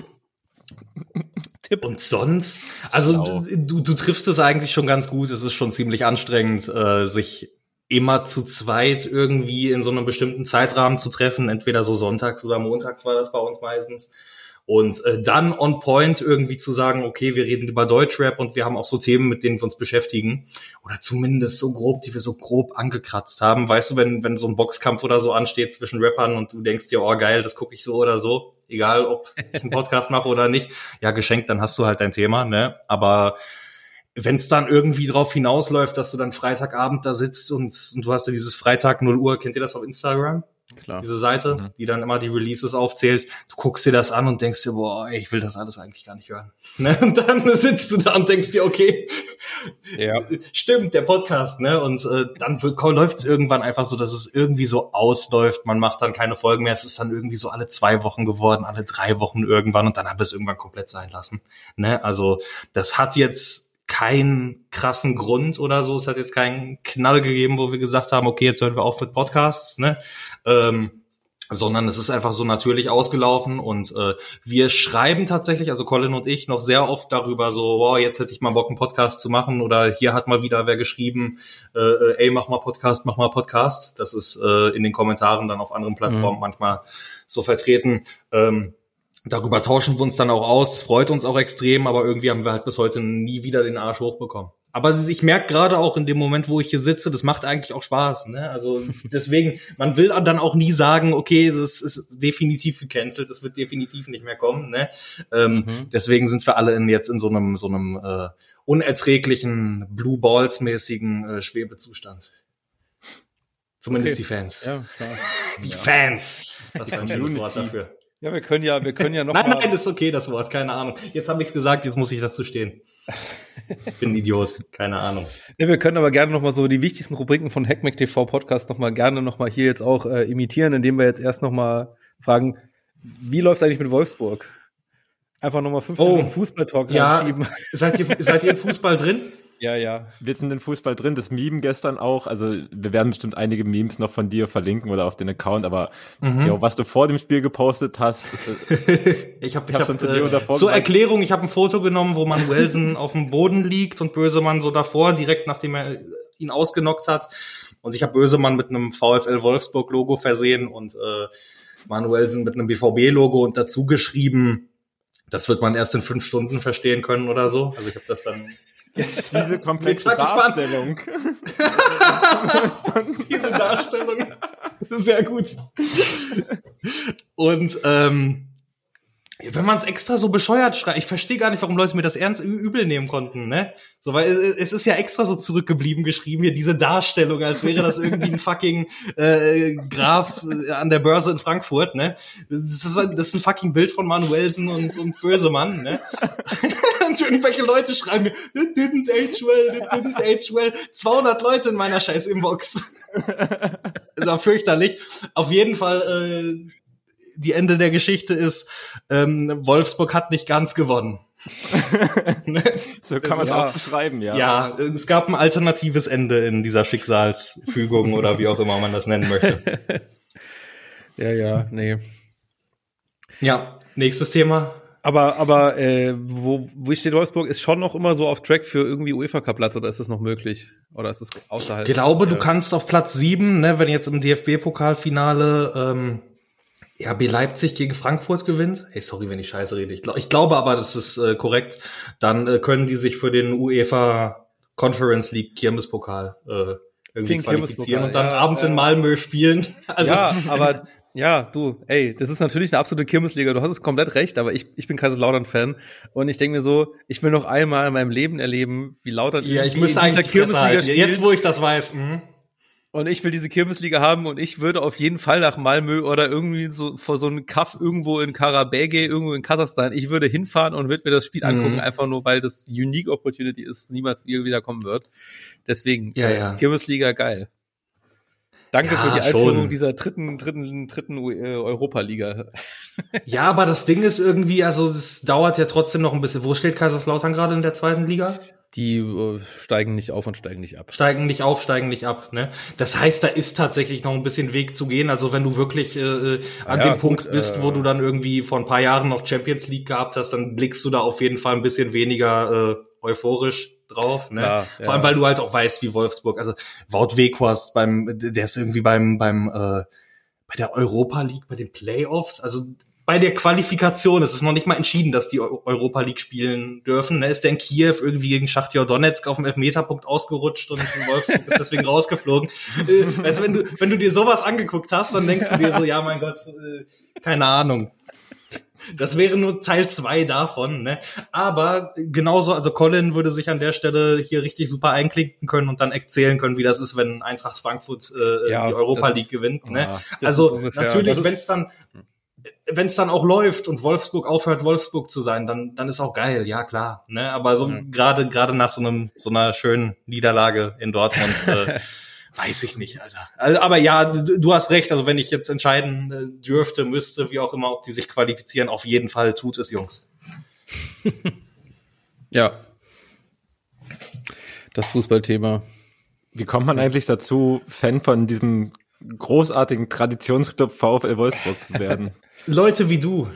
Tipp. Und sonst, also du, du triffst es eigentlich schon ganz gut. Es ist schon ziemlich anstrengend, äh, sich immer zu zweit irgendwie in so einem bestimmten Zeitrahmen zu treffen. Entweder so sonntags oder montags war das bei uns meistens. Und äh, dann on point irgendwie zu sagen, okay, wir reden über Deutschrap und wir haben auch so Themen, mit denen wir uns beschäftigen. Oder zumindest so grob, die wir so grob angekratzt haben. Weißt du, wenn wenn so ein Boxkampf oder so ansteht zwischen Rappern und du denkst dir, oh geil, das gucke ich so oder so. Egal, ob ich einen Podcast mache oder nicht. Ja, geschenkt, dann hast du halt dein Thema, ne? Aber wenn es dann irgendwie drauf hinausläuft, dass du dann Freitagabend da sitzt und, und du hast ja dieses Freitag null Uhr, kennt ihr das auf Instagram? Klar. Diese Seite, mhm. die dann immer die Releases aufzählt. Du guckst dir das an und denkst dir, boah, ey, ich will das alles eigentlich gar nicht hören. Ne? Und dann sitzt du da und denkst dir, okay, ja. Stimmt, der Podcast, ne? Und äh, dann läuft es irgendwann einfach so, dass es irgendwie so ausläuft. Man macht dann keine Folgen mehr. Es ist dann irgendwie so alle zwei Wochen geworden, alle drei Wochen irgendwann und dann haben wir es irgendwann komplett sein lassen. Ne? Also das hat jetzt keinen krassen Grund oder so. Es hat jetzt keinen Knall gegeben, wo wir gesagt haben, okay, jetzt hören wir auf mit Podcasts, ne? Ähm, sondern es ist einfach so natürlich ausgelaufen und äh, wir schreiben tatsächlich, also Colin und ich, noch sehr oft darüber so, wow, jetzt hätte ich mal Bock, einen Podcast zu machen oder hier hat mal wieder wer geschrieben, äh, ey, mach mal Podcast, mach mal Podcast. Das ist äh, in den Kommentaren dann auf anderen Plattformen mhm. manchmal so vertreten. Ähm, darüber tauschen wir uns dann auch aus, das freut uns auch extrem, aber irgendwie haben wir halt bis heute nie wieder den Arsch hochbekommen. Aber ich merke gerade auch in dem Moment, wo ich hier sitze, das macht eigentlich auch Spaß, ne? Also deswegen, man will dann auch nie sagen, okay, das ist definitiv gecancelt, das wird definitiv nicht mehr kommen, ne? Ähm, mhm. Deswegen sind wir alle in, jetzt in so einem so einem äh, unerträglichen Blue Balls mäßigen äh, Schwebezustand. Zumindest okay. Die Fans. Ja, klar. Die ja. Fans. Was für ein schönes Wort dafür. Ja, wir können ja, wir können ja noch Nein, mal nein, ist okay, das Wort, keine Ahnung. Jetzt habe ich es gesagt, jetzt muss ich dazu stehen. Ich bin ein Idiot, keine Ahnung. Ja, wir können aber gerne noch mal so die wichtigsten Rubriken von Hackmack T V Podcast noch mal gerne noch mal hier jetzt auch äh, imitieren, indem wir jetzt erst noch mal fragen, wie läuft's eigentlich mit Wolfsburg? Einfach noch mal fünfzehn Minuten oh, Fußball-Talk ja, reinschieben. Seid ihr, seid ihr im Fußball drin? Ja, ja. Wir sind in Fußball drin, das Meme gestern auch, also wir werden bestimmt einige Memes noch von dir verlinken oder auf den Account, aber mhm. jo, was du vor dem Spiel gepostet hast, ich habe ich hab, äh, zur Erklärung, ich habe ein Foto genommen, wo Manuelsen auf dem Boden liegt und Bösemann so davor, direkt nachdem er ihn ausgenockt hat. Und ich habe Bösemann mit einem VfL Wolfsburg-Logo versehen und äh, Manuelsen mit einem B V B-Logo und dazu geschrieben, das wird man erst in fünf Stunden verstehen können oder so. Also ich habe das dann... Yes. Diese komplexe Darstellung. Diese Darstellung. Sehr gut. Und ähm, wenn man es extra so bescheuert schreibt, ich verstehe gar nicht, warum Leute mir das ernst ü- übel nehmen konnten, ne? So, weil es ist ja extra so zurückgeblieben geschrieben, hier diese Darstellung, als wäre das irgendwie ein fucking äh, Graf an der Börse in Frankfurt, ne? Das ist, das ist ein fucking Bild von Manuelsen und, und Bösemann, ne? Und irgendwelche Leute schreiben mir, that didn't age well, that didn't age well. zweihundert Leute in meiner scheiß Inbox. Das war fürchterlich. Auf jeden Fall, äh, die Ende der Geschichte ist, ähm, Wolfsburg hat nicht ganz gewonnen. So kann man es auch beschreiben, ja. Ja, es gab ein alternatives Ende in dieser Schicksalsfügung oder wie auch immer man das nennen möchte. Ja, ja, nee. Ja, nächstes Thema. Aber, aber äh, wo, wo steht Wolfsburg? Ist schon noch immer so auf Track für irgendwie UEFA-Cup-Platz oder ist das noch möglich? Oder ist das außerhalb? Ich glaube, du äh, kannst auf Platz sieben, ne, wenn jetzt im D F B-Pokalfinale ähm, R B Leipzig gegen Frankfurt gewinnt. Hey, sorry, wenn ich Scheiße rede. Ich, glaub, ich glaube aber, das ist äh, korrekt. Dann äh, können die sich für den UEFA Conference League Kirmespokal äh, irgendwie Den qualifizieren und dann ja, abends ja. in Malmö spielen. Also, ja, aber ja, du, ey, das ist natürlich eine absolute Kirmesliga. Du hast es komplett recht, aber ich, ich bin Kaiserslautern-Fan und ich denke mir so, ich will noch einmal in meinem Leben erleben, wie Lautern ja, ich in müsste dieser eigentlich die Fresse halten. spielt. Jetzt, wo ich das weiß. Mh. Und ich will diese Kirmesliga haben und ich würde auf jeden Fall nach Malmö oder irgendwie so vor so einem Kaff irgendwo in Karabäge, irgendwo in Kasachstan. Ich würde hinfahren und würde mir das Spiel Mhm. angucken, einfach nur, weil das Unique Opportunity ist, niemals wieder kommen wird. Deswegen, Ja, äh, ja. Kirmesliga geil. Danke Ja, für die Einführung schon. dieser dritten, dritten, dritten äh, Europa-Liga. Ja, aber das Ding ist irgendwie, also das dauert ja trotzdem noch ein bisschen. Wo steht Kaiserslautern gerade in der zweiten Liga? Die äh, steigen nicht auf und steigen nicht ab. Steigen nicht auf, steigen nicht ab, ne? Das heißt, da ist tatsächlich noch ein bisschen Weg zu gehen. Also wenn du wirklich äh, an Ja, dem Punkt gut, bist, äh, wo du dann irgendwie vor ein paar Jahren noch Champions League gehabt hast, dann blickst du da auf jeden Fall ein bisschen weniger äh, euphorisch drauf, ne? Klar, Vor ja. allem, weil du halt auch weißt, wie Wolfsburg, also Wout Weghorst beim, der ist irgendwie beim beim äh, bei der Europa League, bei den Playoffs, also bei der Qualifikation, es ist noch nicht mal entschieden, dass die Eu- Europa League spielen dürfen. Ne? Ist der in Kiew irgendwie gegen Schachtjor Donetsk auf dem Elfmeterpunkt ausgerutscht und in Wolfsburg ist deswegen rausgeflogen. Äh, also wenn du, wenn du dir sowas angeguckt hast, dann denkst du dir so, ja mein Gott, äh, keine Ahnung. Das wäre nur Teil zwei davon, ne? Aber genauso, also Colin würde sich an der Stelle hier richtig super einklinken können und dann erzählen können, wie das ist, wenn Eintracht Frankfurt äh, Ja, die Europa das League ist- gewinnt, ne? ja, das Also ist ungefähr- natürlich, das ist- wenn es dann wenn es dann auch läuft und Wolfsburg aufhört, Wolfsburg zu sein, dann dann ist auch geil, ja klar, ne? Aber so Mhm. gerade gerade nach so einem so einer schönen Niederlage in Dortmund äh, weiß ich nicht, Alter. Also, aber ja, du, du hast recht. Also wenn ich jetzt entscheiden äh, dürfte, müsste, wie auch immer, ob die sich qualifizieren, auf jeden Fall tut es, Jungs. Ja. Das Fußballthema. Wie kommt man eigentlich dazu, Fan von diesem großartigen Traditionsclub VfL Wolfsburg zu werden? Leute wie du.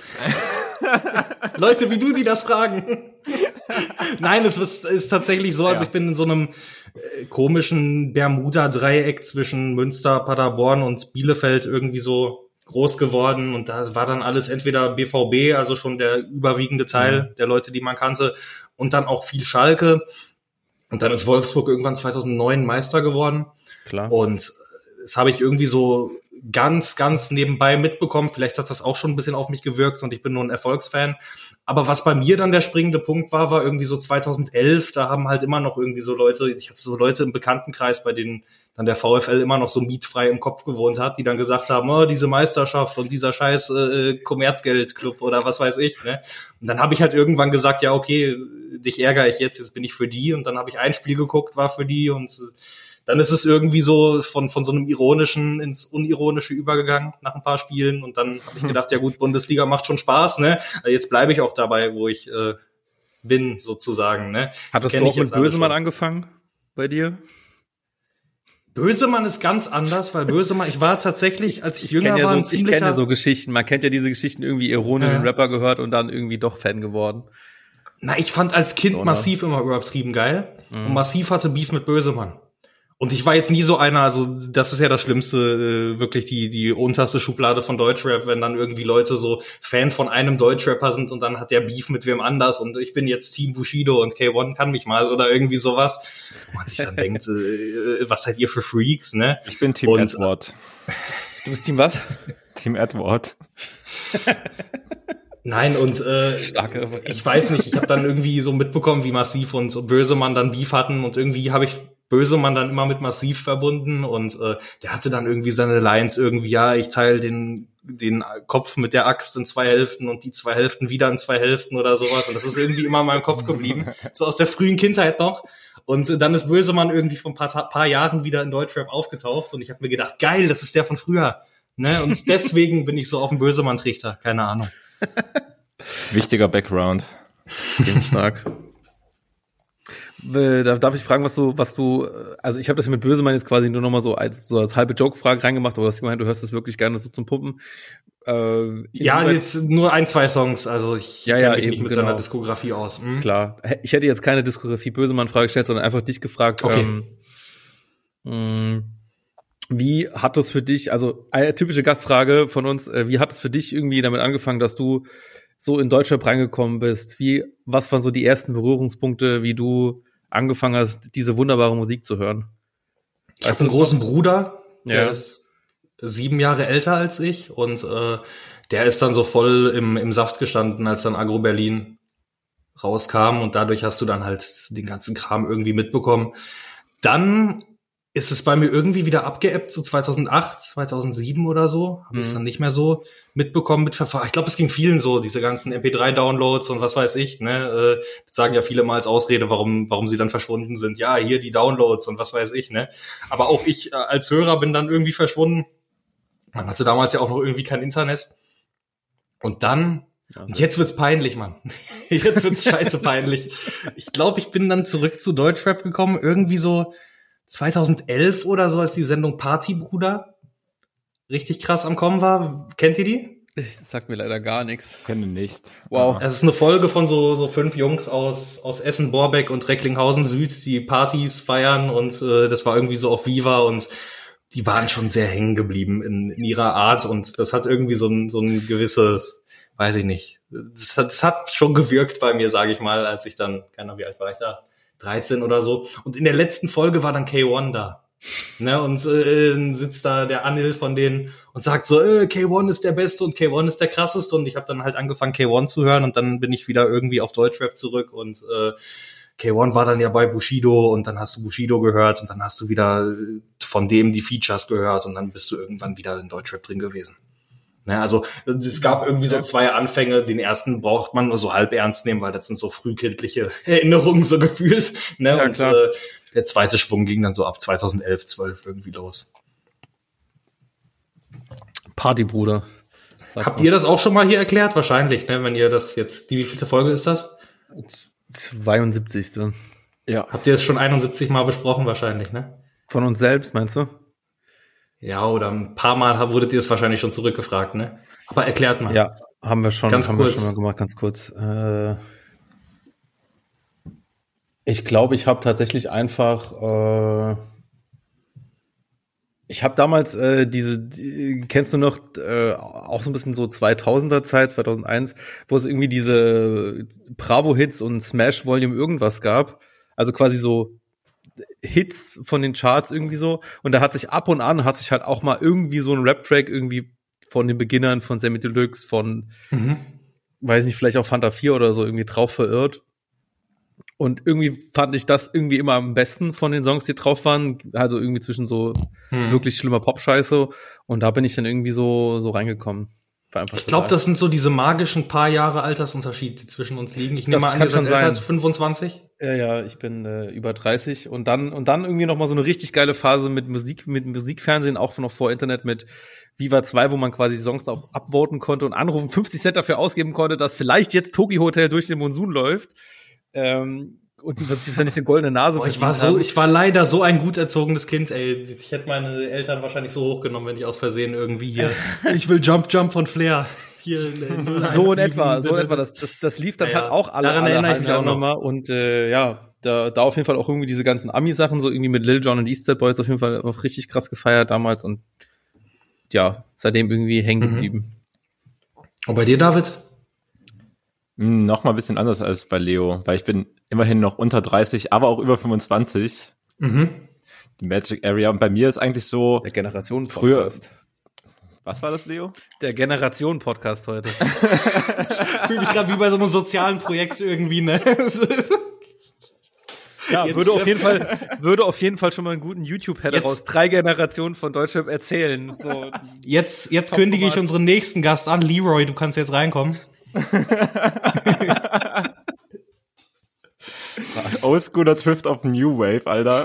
Leute wie du, die das fragen. Nein, es ist, ist tatsächlich so, also Ja. ich bin in so einem äh, komischen Bermuda-Dreieck zwischen Münster, Paderborn und Bielefeld irgendwie so groß geworden und da war dann alles entweder B V B, also schon der überwiegende Teil Mhm. der Leute, die man kannte, und dann auch viel Schalke. Und dann ist Wolfsburg irgendwann zweitausendneun Meister geworden. Klar. Und das habe ich irgendwie so ganz, ganz nebenbei mitbekommen. Vielleicht hat das auch schon ein bisschen auf mich gewirkt und ich bin nur ein Erfolgsfan. Aber was bei mir dann der springende Punkt war, war irgendwie so zweitausendelf. Da haben halt immer noch irgendwie so Leute, ich hatte so Leute im Bekanntenkreis, bei denen dann der VfL immer noch so mietfrei im Kopf gewohnt hat, die dann gesagt haben, oh, diese Meisterschaft und dieser scheiß äh, Kommerzgeldclub oder was weiß ich. Ne? Und dann habe ich halt irgendwann gesagt, ja, okay, dich ärgere ich jetzt, jetzt bin ich für die. Und dann habe ich ein Spiel geguckt, war für die und dann ist es irgendwie so von von so einem Ironischen ins Unironische übergegangen nach ein paar Spielen. Und dann habe ich gedacht, ja gut, Bundesliga macht schon Spaß, ne? Jetzt bleibe ich auch dabei, wo ich äh, bin, sozusagen. Ne? Hattest Kenn du ich auch mit jetzt alle Bösemann schon. angefangen bei dir? Bösemann ist ganz anders, weil Bösemann, ich war tatsächlich, als ich, jünger kenn ja war, ein so, ich ziemlicher... kenne ja so Geschichten. Man kennt ja diese Geschichten irgendwie ironischen Ja. Rapper gehört und dann irgendwie doch Fan geworden. Na, ich fand als Kind So, ne? Massiv immer übertrieben geil. Mhm. Und Massiv hatte Beef mit Bösemann. Und ich war jetzt nie so einer, also das ist ja das Schlimmste, äh, wirklich die die unterste Schublade von Deutschrap, wenn dann irgendwie Leute so Fan von einem Deutschrapper sind und dann hat der Beef mit wem anders und ich bin jetzt Team Bushido und K eins kann mich mal oder irgendwie sowas. Und man sich dann denkt, äh, was seid ihr für Freaks, ne? Ich bin Team und, Edward. Du bist Team was? Team Edward. Nein, und äh, Starke ich weiß nicht, ich habe dann irgendwie so mitbekommen, wie Massiv und so Bösemann dann Beef hatten und irgendwie habe ich Bösemann dann immer mit Massiv verbunden und äh, der hatte dann irgendwie seine Lines irgendwie, ja, ich teile den den Kopf mit der Axt in zwei Hälften und die zwei Hälften wieder in zwei Hälften oder sowas und das ist irgendwie immer in meinem Kopf geblieben, so aus der frühen Kindheit noch. Und dann ist Bösemann irgendwie vor ein paar, paar Jahren wieder in Deutschrap aufgetaucht und ich habe mir gedacht, geil, das ist der von früher. Ne? Und deswegen bin ich so auf dem Bösemann-Trichter, keine Ahnung. Wichtiger Background. Stark. Darf ich fragen, was du, was du, also ich habe das mit Bösemann jetzt quasi nur nochmal so als, so als halbe Joke-Frage reingemacht, aber du hast gemeint, du hörst das wirklich gerne so zum Pumpen. Äh, ja, jetzt nur ein, zwei Songs, also ich ja, kenne ja, mich eben, nicht mit genau. seiner Diskografie aus. Hm? Klar, ich hätte jetzt keine Diskografie Bösemann-Frage gestellt, sondern einfach dich gefragt, okay. ähm, mh, wie hat das für dich, also eine typische Gastfrage von uns, äh, wie hat es für dich irgendwie damit angefangen, dass du so in Deutschrap reingekommen bist? Wie, was waren so die ersten Berührungspunkte, wie du angefangen hast, diese wunderbare Musik zu hören? Ich habe einen großen Bruder, der ja. ist sieben Jahre älter als ich und äh, der ist dann so voll im, im Saft gestanden, als dann Agro Berlin rauskam und dadurch hast du dann halt den ganzen Kram irgendwie mitbekommen. Dann ist es bei mir irgendwie wieder abgeebbt, so zweitausendacht, zweitausendsieben oder so. Habe ich es dann nicht mehr so mitbekommen, mitverfolgt. Ich glaube, es ging vielen so, diese ganzen M P drei Downloads und was weiß ich. Ne, äh, das sagen ja viele mal als Ausrede, warum warum sie dann verschwunden sind. Ja, hier die Downloads und was weiß ich. Ne, aber auch ich äh, als Hörer bin dann irgendwie verschwunden. Man hatte damals ja auch noch irgendwie kein Internet. Und dann, also. Und jetzt wird's peinlich, Mann. Jetzt wird's scheiße peinlich. Ich glaube, ich bin dann zurück zu Deutschrap gekommen, irgendwie so zweitausendelf oder so, als die Sendung Partybruder richtig krass am Kommen war. Kennt ihr die? Das sagt mir leider gar nichts. Kenne nicht. Wow. Es ist eine Folge von so so fünf Jungs aus aus Essen, Borbeck und Recklinghausen Süd, die Partys feiern und äh, das war irgendwie so auf Viva und die waren schon sehr hängen geblieben in, in ihrer Art und das hat irgendwie so ein so ein gewisses, weiß ich nicht, das hat, das hat schon gewirkt bei mir, sage ich mal, als ich dann, keine Ahnung, wie alt war ich da? dreizehn oder so. Und in der letzten Folge war dann K eins da. Ne, und äh, sitzt da der Anil von denen und sagt so, äh, K eins ist der Beste und K eins ist der Krasseste. Und ich habe dann halt angefangen, K eins zu hören und dann bin ich wieder irgendwie auf Deutschrap zurück und äh, K eins war dann ja bei Bushido und dann hast du Bushido gehört und dann hast du wieder von dem die Features gehört und dann bist du irgendwann wieder in Deutschrap drin gewesen. Ne, also es gab irgendwie so zwei Anfänge. Den ersten braucht man nur so halb ernst nehmen, weil das sind so frühkindliche Erinnerungen so gefühlt. Ne? Ja, und äh, der zweite Schwung ging dann so ab zweitausendelf, zwölf irgendwie los. Partybruder. Habt ihr das auch schon mal hier erklärt? Wahrscheinlich, ne? Wenn ihr das jetzt, die wievielte Folge ist das? zweiundsiebzigste Ja. Habt ihr das schon einundsiebzig Mal besprochen wahrscheinlich, ne? Von uns selbst, meinst du? Ja, oder ein paar Mal wurdet ihr es wahrscheinlich schon zurückgefragt, ne? Aber erklärt mal. Ja, haben wir schon, ganz haben kurz. wir schon mal gemacht, ganz kurz. Äh, ich glaube, ich habe tatsächlich einfach, äh, ich habe damals äh, diese, die, kennst du noch, äh, auch so ein bisschen so zweitausender Zeit, zweitausendeins, wo es irgendwie diese Bravo-Hits und Smash-Volume irgendwas gab. Also quasi so Hits von den Charts irgendwie so. Und da hat sich ab und an, hat sich halt auch mal irgendwie so ein Rap-Track irgendwie von den Beginnern, von Sammy Deluxe, von, mhm. weiß nicht, vielleicht auch Fanta vier oder so irgendwie drauf verirrt. Und irgendwie fand ich das irgendwie immer am besten von den Songs, die drauf waren. Also irgendwie zwischen so hm. wirklich schlimmer Pop-Scheiße. Und da bin ich dann irgendwie so so reingekommen. Ich glaube, das sind so diese magischen paar Jahre Altersunterschied, die zwischen uns liegen. Ich nehme mal an, ihr seid älter als fünfundzwanzig. Ja, ja, ich bin äh, über dreißig. Und dann und dann irgendwie noch mal so eine richtig geile Phase mit Musik, mit Musikfernsehen, auch noch vor Internet, mit Viva zwei, wo man quasi Songs auch upvoten konnte und anrufen, fünfzig Cent dafür ausgeben konnte, dass vielleicht jetzt Tokyo Hotel durch den Monsun läuft. Ähm, und die wahrscheinlich eine goldene Nase. Oh, ich war so, ich war leider so ein gut erzogenes Kind, ey. Ich hätte meine Eltern wahrscheinlich so hochgenommen, wenn ich aus Versehen irgendwie hier, ich will Jump Jump von Flair. Hier, so in etwa, so in etwa. Das, das, das lief dann ja, halt auch alle, daran alle erinnere halt ich mich auch nochmal. Und äh, ja, da, da auf jeden Fall auch irgendwie diese ganzen Ami-Sachen, so irgendwie mit Lil Jon und East Side Boys auf jeden Fall auch richtig krass gefeiert damals und ja, seitdem irgendwie hängen geblieben. Mhm. Und bei dir, David? Hm, noch mal ein bisschen anders als bei Leo, weil ich bin immerhin noch unter dreißig, aber auch über fünfundzwanzig. Mhm. Die Magic Area. Und bei mir ist eigentlich so... Der Generation-Podcast. Was war das, Leo? Der Generation-Podcast heute. Ich fühle mich gerade wie bei so einem sozialen Projekt irgendwie, ne? Ja, Jetzt, würde auf jeden Fall, würde auf jeden Fall schon mal einen guten YouTube-Header raus. Drei Generationen von Deutschrap erzählen. So. Jetzt, jetzt kündige ich unseren nächsten Gast an. Leroy, du kannst jetzt reinkommen. Oldschooler trifft auf New Wave, Alter.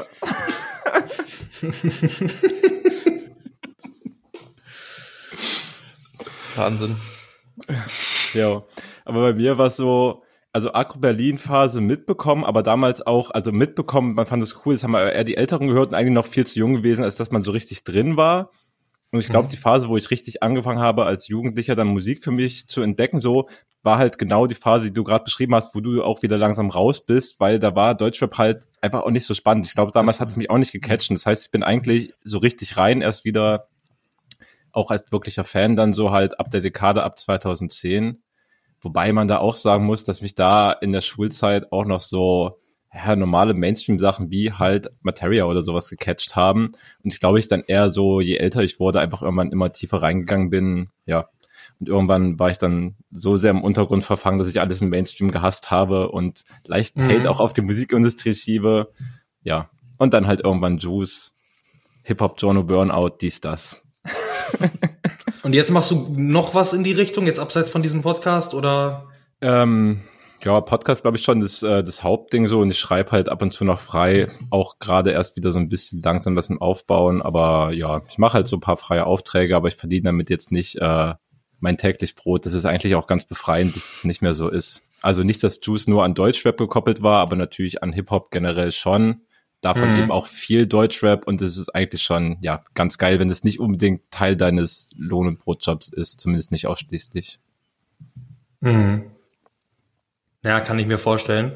Wahnsinn. Ja, aber bei mir war es so, also Agro-Berlin-Phase mitbekommen, aber damals auch, also mitbekommen, man fand es cool, das haben wir eher die Älteren gehört und eigentlich noch viel zu jung gewesen, als dass man so richtig drin war. Und ich glaube, mhm. die Phase, wo ich richtig angefangen habe, als Jugendlicher dann Musik für mich zu entdecken, so, war halt genau die Phase, die du gerade beschrieben hast, wo du auch wieder langsam raus bist, weil da war Deutschrap halt einfach auch nicht so spannend. Ich glaube, damals hat es mich auch nicht gecatcht. Das heißt, ich bin eigentlich so richtig rein erst wieder, auch als wirklicher Fan dann so halt ab der Dekade, ab zweitausendzehn. Wobei man da auch sagen muss, dass mich da in der Schulzeit auch noch so ja, normale Mainstream-Sachen wie halt Materia oder sowas gecatcht haben. Und ich glaube, ich dann eher so, je älter ich wurde, einfach irgendwann immer tiefer reingegangen bin. Ja. Und irgendwann war ich dann so sehr im Untergrund verfangen, dass ich alles im Mainstream gehasst habe und leichten mhm. Hate auch auf die Musikindustrie schiebe. Ja. Und dann halt irgendwann Juice, Hip-Hop, Jono, Burnout, dies, das. Und jetzt machst du noch was in die Richtung, jetzt abseits von diesem Podcast, oder? Ähm, ja, Podcast glaube ich schon das, äh, das Hauptding so und ich schreibe halt ab und zu noch frei, auch gerade erst wieder so ein bisschen langsam was im Aufbauen, aber ja, ich mache halt so ein paar freie Aufträge, aber ich verdiene damit jetzt nicht äh, mein täglich Brot. Das ist eigentlich auch ganz befreiend, dass es nicht mehr so ist. Also nicht, dass Juice nur an Deutschrap gekoppelt war, aber natürlich an Hip-Hop generell schon. Davon mhm. eben auch viel Deutschrap und es ist eigentlich schon, ja, ganz geil, wenn es nicht unbedingt Teil deines Lohn- und Brotjobs ist, zumindest nicht ausschließlich. Mhm. Ja, kann ich mir vorstellen.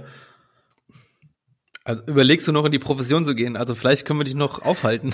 Also überlegst du noch in die Profession zu gehen? Also vielleicht können wir dich noch aufhalten.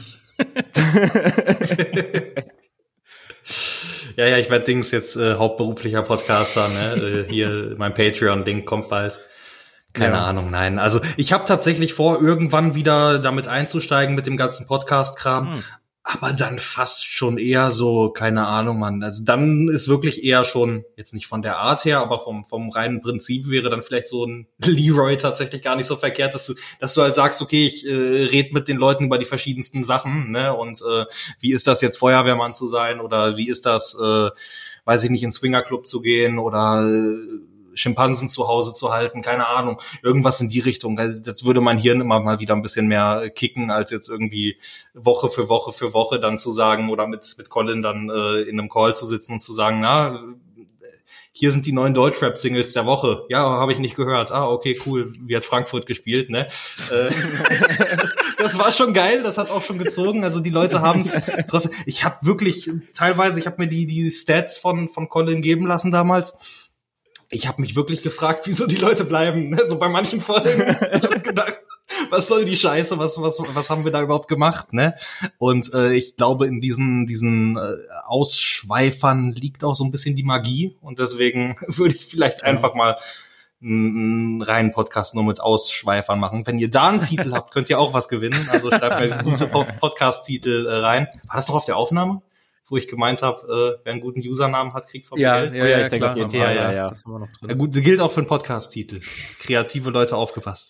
Ja, ja, ich werde Dings jetzt äh, hauptberuflicher Podcaster, ne? äh, hier mein Patreon-Ding kommt bald. Keine ja. Ahnung, nein. Also ich habe tatsächlich vor, irgendwann wieder damit einzusteigen mit dem ganzen Podcast-Kram, hm. aber dann fast schon eher so, keine Ahnung, Mann. Also dann ist wirklich eher schon, jetzt nicht von der Art her, aber vom vom reinen Prinzip wäre dann vielleicht so ein Leroy tatsächlich gar nicht so verkehrt, dass du dass du halt sagst, okay, ich äh, rede mit den Leuten über die verschiedensten Sachen, ne? Und äh, wie ist das jetzt, Feuerwehrmann zu sein oder wie ist das, äh, weiß ich nicht, in Swingerclub zu gehen oder äh, Schimpansen zu Hause zu halten, keine Ahnung, irgendwas in die Richtung. Das würde mein Hirn immer mal wieder ein bisschen mehr kicken, als jetzt irgendwie Woche für Woche für Woche dann zu sagen oder mit mit Colin dann äh, in einem Call zu sitzen und zu sagen, na, hier sind die neuen Deutschrap-Singles der Woche. Ja, habe ich nicht gehört. Ah, okay, cool. Wie hat Frankfurt gespielt, ne? Äh, das war schon geil, das hat auch schon gezogen. Also die Leute haben es trotzdem. Ich habe wirklich teilweise, ich habe mir die die Stats von von Colin geben lassen damals. Ich habe mich wirklich gefragt, wieso die Leute bleiben. Ne? So bei manchen Folgen. Ich habe gedacht, was soll die Scheiße? Was was was haben wir da überhaupt gemacht? Ne? Und äh, ich glaube, in diesen diesen äh, Ausschweifern liegt auch so ein bisschen die Magie. Und deswegen würde ich vielleicht ja. einfach mal einen reinen Podcast nur mit Ausschweifern machen. Wenn ihr da einen Titel habt, könnt ihr auch was gewinnen. Also schreibt mir gute Podcast-Titel äh, rein. War das noch auf der Aufnahme? Wo ich gemeint habe, äh, wer einen guten Usernamen hat, kriegt vom ja, Geld. Ja, ja, ich denke auf jeden Fall. Ja, ja, ja. Das haben wir noch drin. Ja, gut, das gilt auch für einen Podcast-Titel. Kreative Leute, aufgepasst.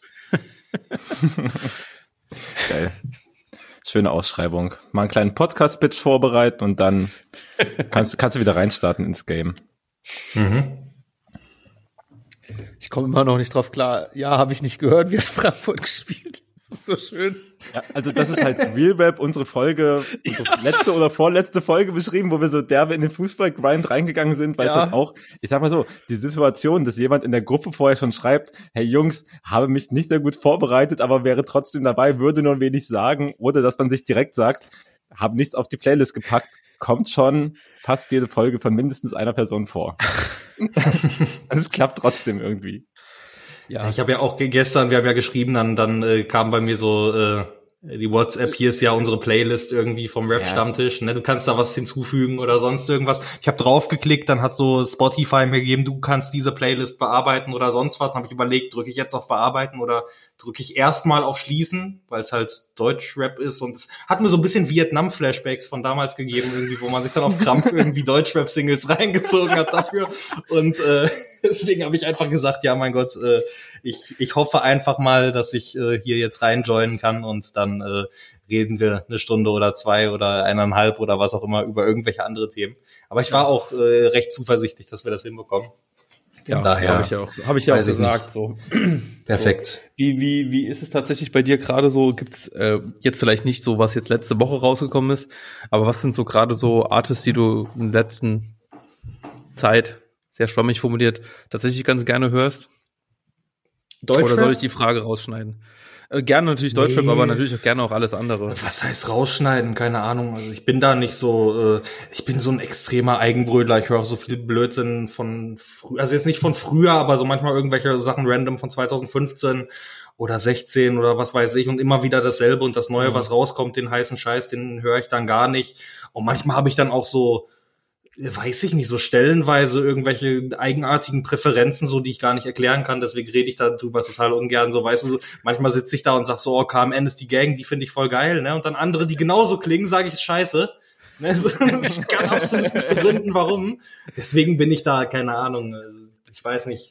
Geil. Schöne Ausschreibung. Mal einen kleinen Podcast-Pitch vorbereiten und dann kannst, kannst du wieder reinstarten ins Game. Mhm. Ich komme immer noch nicht drauf klar. Ja, habe ich nicht gehört, wie hat Frankfurt gespielt. Das ist so schön. Ja, also das ist halt Real Rap, unsere Folge, unsere letzte oder vorletzte Folge beschrieben, wo wir so derbe in den Fußball-Grind reingegangen sind, weil ja. es halt auch, ich sag mal so, die Situation, dass jemand in der Gruppe vorher schon schreibt, hey Jungs, habe mich nicht sehr gut vorbereitet, aber wäre trotzdem dabei, würde nur wenig sagen, oder dass man sich direkt sagt, habe nichts auf die Playlist gepackt, kommt schon fast jede Folge von mindestens einer Person vor. Also es klappt trotzdem irgendwie. Ja, ich habe ja auch gestern, wir haben ja geschrieben, dann dann äh, kam bei mir so äh, die WhatsApp, hier ist ja unsere Playlist irgendwie vom Rap-Stammtisch, ne? Du kannst da was hinzufügen oder sonst irgendwas. Ich habe draufgeklickt, dann hat so Spotify mir gegeben, du kannst diese Playlist bearbeiten oder sonst was. Dann habe ich überlegt, drücke ich jetzt auf Bearbeiten oder drücke ich erstmal auf Schließen, weil es halt Deutschrap ist. Und es hat mir so ein bisschen Vietnam-Flashbacks von damals gegeben, irgendwie, wo man sich dann auf Krampf irgendwie Deutschrap-Singles reingezogen hat dafür. Und äh, deswegen habe ich einfach gesagt, ja, mein Gott, äh, ich ich hoffe einfach mal, dass ich äh, hier jetzt reinjoinen kann und dann äh, reden wir eine Stunde oder zwei oder eineinhalb oder was auch immer über irgendwelche andere Themen. Aber ich war ja. auch äh, recht zuversichtlich, dass wir das hinbekommen. Von ja, daher habe ich ja auch, hab ich ja auch gesagt. So. Perfekt. So. Wie wie wie ist es tatsächlich bei dir gerade so? Gibt's äh, jetzt vielleicht nicht so, was jetzt letzte Woche rausgekommen ist, aber was sind so gerade so Artists, die du in der letzten Zeit, sehr schwammig formuliert, tatsächlich ganz gerne hörst? Deutschrap? Oder soll ich die Frage rausschneiden? Äh, gerne natürlich Deutschrap, nee. Aber natürlich auch gerne auch alles andere. Was heißt rausschneiden? Keine Ahnung. Also ich bin da nicht so, äh, ich bin so ein extremer Eigenbrötler. Ich höre auch so viel Blödsinn von früher, also jetzt nicht von früher, aber so manchmal irgendwelche Sachen random von zwanzig fünfzehn oder sechzehn oder was weiß ich und immer wieder dasselbe und das Neue, mhm. was rauskommt, den heißen Scheiß, den höre ich dann gar nicht. Und manchmal habe ich dann auch so, weiß ich nicht, so stellenweise irgendwelche eigenartigen Präferenzen, so die ich gar nicht erklären kann, deswegen rede ich darüber total ungern, so, weißt du, so, manchmal sitze ich da und sag so, oh, K M N ist die Gang, die finde ich voll geil, ne, und dann andere, die genauso klingen, sage ich, ist scheiße, ne, so, ich kann absolut nicht begründen, warum, deswegen bin ich da, keine Ahnung, also, ich weiß nicht,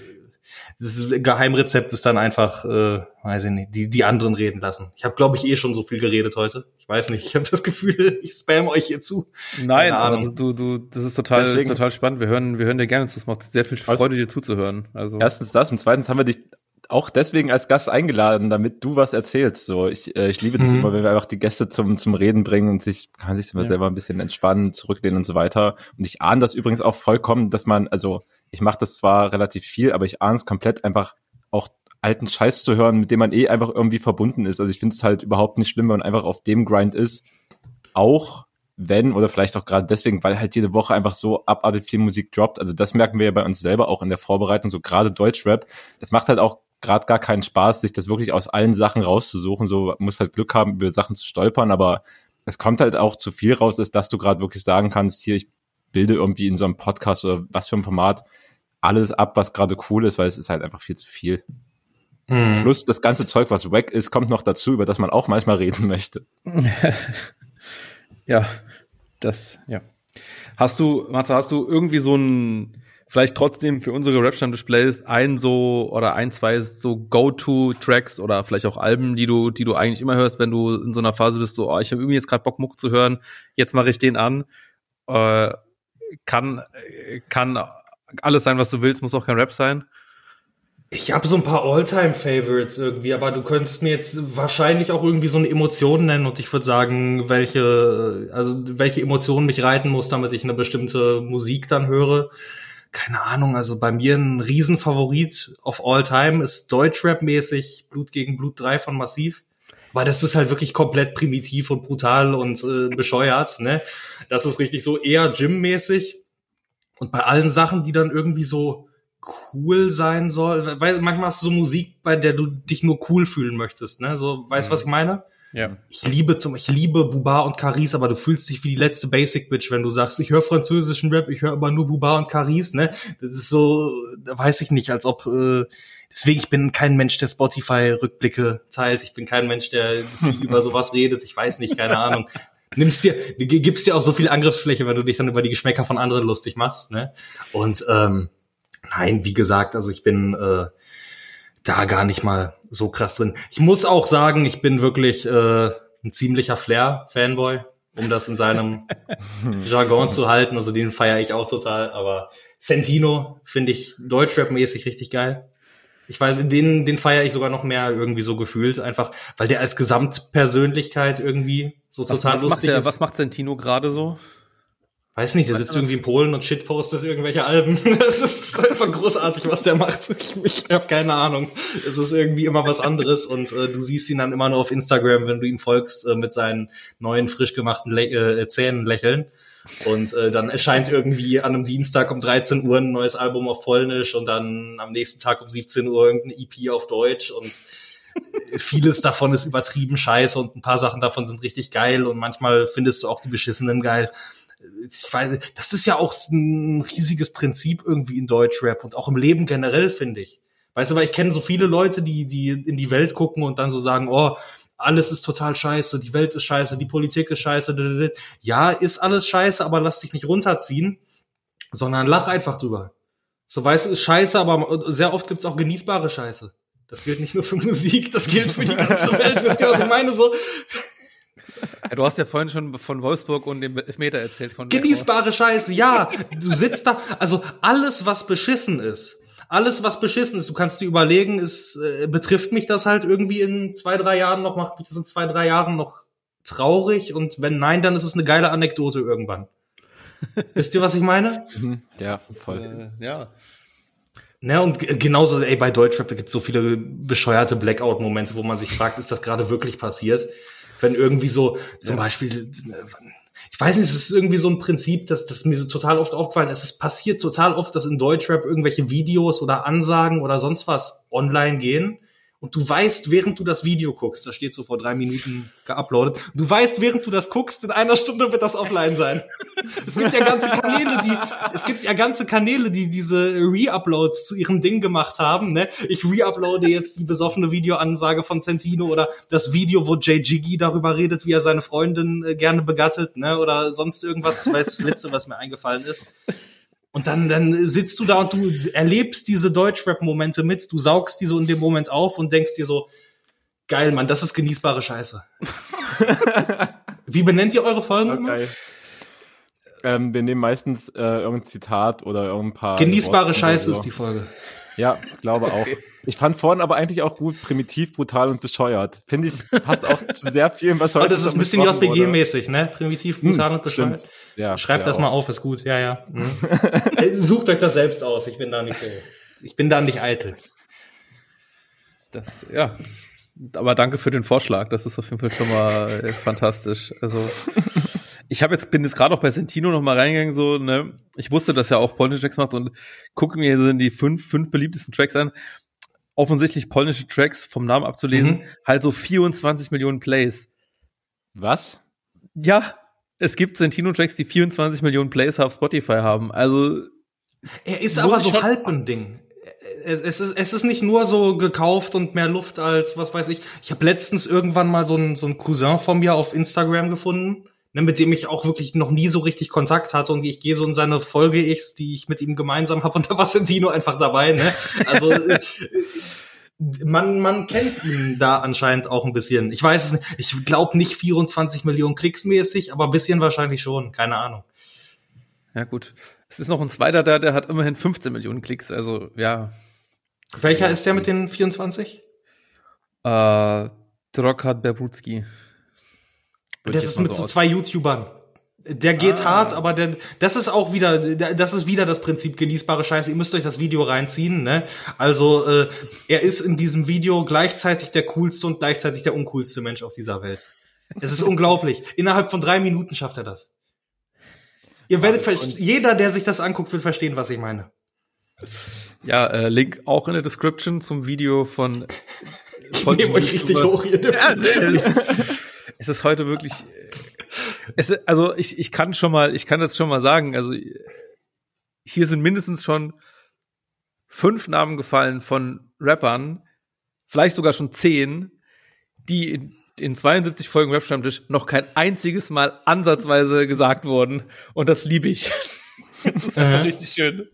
das Geheimrezept ist dann einfach, äh, weiß ich nicht, die die anderen reden lassen. Ich habe, glaube ich, eh schon so viel geredet heute. Ich weiß nicht, ich habe das Gefühl, ich spam euch hier zu. Nein, aber du, du, das ist total, Deswegen. total spannend. Wir hören, wir hören dir gerne zu. Es macht sehr viel Freude, dir zuzuhören. Also erstens das und zweitens haben wir dich auch deswegen als Gast eingeladen, damit du was erzählst. So, ich, äh, ich liebe das mhm. immer, wenn wir einfach die Gäste zum zum Reden bringen und sich kann sich immer ja. selber ein bisschen entspannen, zurücklehnen und so weiter. Und ich ahne das übrigens auch vollkommen, dass man, also ich mache das zwar relativ viel, aber ich ahne es komplett einfach auch alten Scheiß zu hören, mit dem man eh einfach irgendwie verbunden ist. Also ich finde es halt überhaupt nicht schlimm, wenn man einfach auf dem Grind ist, auch wenn, oder vielleicht auch gerade deswegen, weil halt jede Woche einfach so abartig viel Musik droppt. Also das merken wir ja bei uns selber auch in der Vorbereitung, so gerade Deutschrap. Es macht halt auch gerade gar keinen Spaß, sich das wirklich aus allen Sachen rauszusuchen. So, man muss halt Glück haben, über Sachen zu stolpern, aber es kommt halt auch zu viel raus, ist, dass du gerade wirklich sagen kannst, hier, ich bilde irgendwie in so einem Podcast oder was für ein Format alles ab, was gerade cool ist, weil es ist halt einfach viel zu viel. Mhm. Plus das ganze Zeug, was wack ist, kommt noch dazu, über das man auch manchmal reden möchte. Ja, das, ja. Hast du, Matze, hast du irgendwie so ein, vielleicht trotzdem für unsere Rap-Stammtisch-Playlist ein so oder ein, zwei so Go-To-Tracks oder vielleicht auch Alben, die du, die du eigentlich immer hörst, wenn du in so einer Phase bist, so, oh, ich habe irgendwie jetzt gerade Bock, Muck zu hören, jetzt mache ich den an. Äh, kann, kann alles sein, was du willst, muss auch kein Rap sein. Ich habe so ein paar All-Time-Favorites irgendwie, aber du könntest mir jetzt wahrscheinlich auch irgendwie so eine Emotion nennen und ich würde sagen, welche, also welche Emotion mich reiten muss, damit ich eine bestimmte Musik dann höre. Keine Ahnung, also bei mir ein Riesenfavorit of all time ist Deutschrap-mäßig Blut gegen Blut drei von Massiv. Weil das ist halt wirklich komplett primitiv und brutal und äh, bescheuert, ne? Das ist richtig so eher Gym-mäßig. Und bei allen Sachen, die dann irgendwie so cool sein soll, weil manchmal hast du so Musik, bei der du dich nur cool fühlen möchtest, ne? So, weißt du, mhm. was ich meine? Ja. Ich liebe zum, ich liebe Buba und Caris, aber du fühlst dich wie die letzte Basic Bitch, wenn du sagst, ich höre französischen Rap, ich höre aber nur Buba und Caris, ne? Das ist so, da weiß ich nicht, als ob, äh, deswegen, ich bin kein Mensch, der Spotify-Rückblicke teilt, ich bin kein Mensch, der viel über sowas redet, ich weiß nicht, keine Ahnung. Nimmst dir, gibst dir auch so viel Angriffsfläche, wenn du dich dann über die Geschmäcker von anderen lustig machst, ne? Und, ähm, nein, wie gesagt, also ich bin, äh, da gar nicht mal so krass drin. Ich muss auch sagen, ich bin wirklich äh, ein ziemlicher Flair-Fanboy, um das in seinem Jargon zu halten. Also den feiere ich auch total. Aber Santino finde ich Deutschrap-mäßig richtig geil. Ich weiß, den den feiere ich sogar noch mehr irgendwie so gefühlt. Einfach, weil der als Gesamtpersönlichkeit irgendwie so was, total was lustig macht der, ist. Was macht Santino gerade so? Weiß nicht, der sitzt irgendwie in Polen und shitpostet irgendwelche Alben. Das ist einfach großartig, was der macht. Ich, ich habe keine Ahnung. Es ist irgendwie immer was anderes und äh, du siehst ihn dann immer nur auf Instagram, wenn du ihm folgst, äh, mit seinen neuen, frisch gemachten Le- äh, Zähnen lächeln. Und äh, dann erscheint irgendwie an einem Dienstag um dreizehn Uhr ein neues Album auf Polnisch und dann am nächsten Tag um siebzehn Uhr irgendeine E P auf Deutsch und vieles davon ist übertrieben scheiße und ein paar Sachen davon sind richtig geil und manchmal findest du auch die beschissenen geil. Ich weiß, das ist ja auch ein riesiges Prinzip irgendwie in Deutschrap und auch im Leben generell, finde ich. Weißt du, weil ich kenne so viele Leute, die die in die Welt gucken und dann so sagen, oh, alles ist total scheiße, die Welt ist scheiße, die Politik ist scheiße. Ja, ist alles scheiße, aber lass dich nicht runterziehen, sondern lach einfach drüber. So, weißt du, ist scheiße, aber sehr oft gibt's auch genießbare Scheiße. Das gilt nicht nur für Musik, das gilt für die ganze Welt. Wisst ihr, was ich meine? So. Ja, du hast ja vorhin schon von Wolfsburg und dem Elfmeter erzählt. Von Genießbare Scheiße, ja. Du sitzt da, also alles, was beschissen ist, alles, was beschissen ist, du kannst dir überlegen, ist, äh, betrifft mich das halt irgendwie in zwei, drei Jahren noch, macht mich das in zwei, drei Jahren noch traurig und wenn nein, dann ist es eine geile Anekdote irgendwann. Wisst ihr, was ich meine? Ja, voll. Äh, ja. Ne, und g- genauso, ey, bei Deutschrap, da gibt's so viele bescheuerte Blackout-Momente, wo man sich fragt, ist das gerade wirklich passiert? Wenn irgendwie so, zum ja. Beispiel, ich weiß nicht, es ist irgendwie so ein Prinzip, dass das mir so total oft aufgefallen ist. Es passiert total oft, dass in Deutschrap irgendwelche Videos oder Ansagen oder sonst was online gehen. Und du weißt, während du das Video guckst, da steht so vor drei Minuten geuploadet, du weißt, während du das guckst, in einer Stunde wird das offline sein. Es gibt ja ganze Kanäle, die, es gibt ja ganze Kanäle, die diese Re-Uploads zu ihrem Ding gemacht haben, ne? Ich re-uploade jetzt die besoffene Videoansage von Santino oder das Video, wo Jay Jiggy darüber redet, wie er seine Freundin äh, gerne begattet, ne? Oder sonst irgendwas, das war jetzt das Letzte, was mir eingefallen ist. Und dann, dann sitzt du da und du erlebst diese Deutschrap-Momente mit, du saugst die so in dem Moment auf und denkst dir so, geil, Mann, das ist genießbare Scheiße. Wie benennt ihr eure Folgen immer? Okay. Ähm, wir nehmen meistens äh, irgendein Zitat oder irgendein paar... Genießbare Worte Scheiße so. ist die Folge. Ja, glaube auch. Ich fand vorhin aber eigentlich auch gut, primitiv, brutal und bescheuert. Finde ich, passt auch zu sehr vielen, was heute Aber das ist ein bisschen J B G-mäßig, ne? Primitiv, brutal hm, und bescheuert. Ja, schreibt das auch. Mal auf, ist gut. Ja, ja. Mhm. Sucht euch das selbst aus. Ich bin da nicht so. Ich bin da nicht eitel. Das, ja. Aber danke für den Vorschlag. Das ist auf jeden Fall schon mal äh, fantastisch. Also, ich habe jetzt, bin jetzt gerade auch bei Santino noch mal reingegangen, so, ne? Ich wusste, dass er auch polnische Tracks macht und gucke mir so die fünf, fünf beliebtesten Tracks an. Offensichtlich polnische Tracks vom Namen abzulesen, mhm. halt so vierundzwanzig Millionen Plays. Was? Ja, es gibt Santino-Tracks, die vierundzwanzig Millionen Plays auf Spotify haben. Also er ist aber so halb ein Ding. Es, es, ist, es ist nicht nur so gekauft und mehr Luft als, was weiß ich. Ich habe letztens irgendwann mal so einen so einen Cousin von mir auf Instagram gefunden, ne, mit dem ich auch wirklich noch nie so richtig Kontakt hatte. Und ich gehe so in seine Folge-Ichs, die ich mit ihm gemeinsam habe. Und da war Santino einfach dabei. Ne? Also man man kennt ihn da anscheinend auch ein bisschen. Ich weiß es nicht. Ich glaube nicht vierundzwanzig Millionen Klicks mäßig, aber ein bisschen wahrscheinlich schon. Keine Ahnung. Ja gut. Es ist noch ein zweiter da, der hat immerhin fünfzehn Millionen Klicks. Also ja. Welcher ja. ist der mit den vierundzwanzig? Äh, Drokhad Berbutski. Das ist mit so zwei YouTubern. Der geht ah. hart, aber der, das ist auch wieder, das ist wieder das Prinzip genießbare Scheiße. Ihr müsst euch das Video reinziehen, ne? Also, äh, er ist in diesem Video gleichzeitig der coolste und gleichzeitig der uncoolste Mensch auf dieser Welt. Es ist unglaublich. Innerhalb von drei Minuten schafft er das. Ihr werdet, ver- jeder, der sich das anguckt, wird verstehen, was ich meine. Ja, äh, Link auch in der Description zum Video von, von ich nehme euch richtig hoch, ihr ja, es, ist, es ist heute wirklich, es, also ich, ich kann schon mal, ich kann das schon mal sagen, also hier sind mindestens schon fünf Namen gefallen von Rappern, vielleicht sogar schon zehn, die in, in zweiundsiebzig Folgen Rap-Stammtisch noch kein einziges Mal ansatzweise gesagt wurden. Und das liebe ich. Das ist einfach mhm. richtig schön.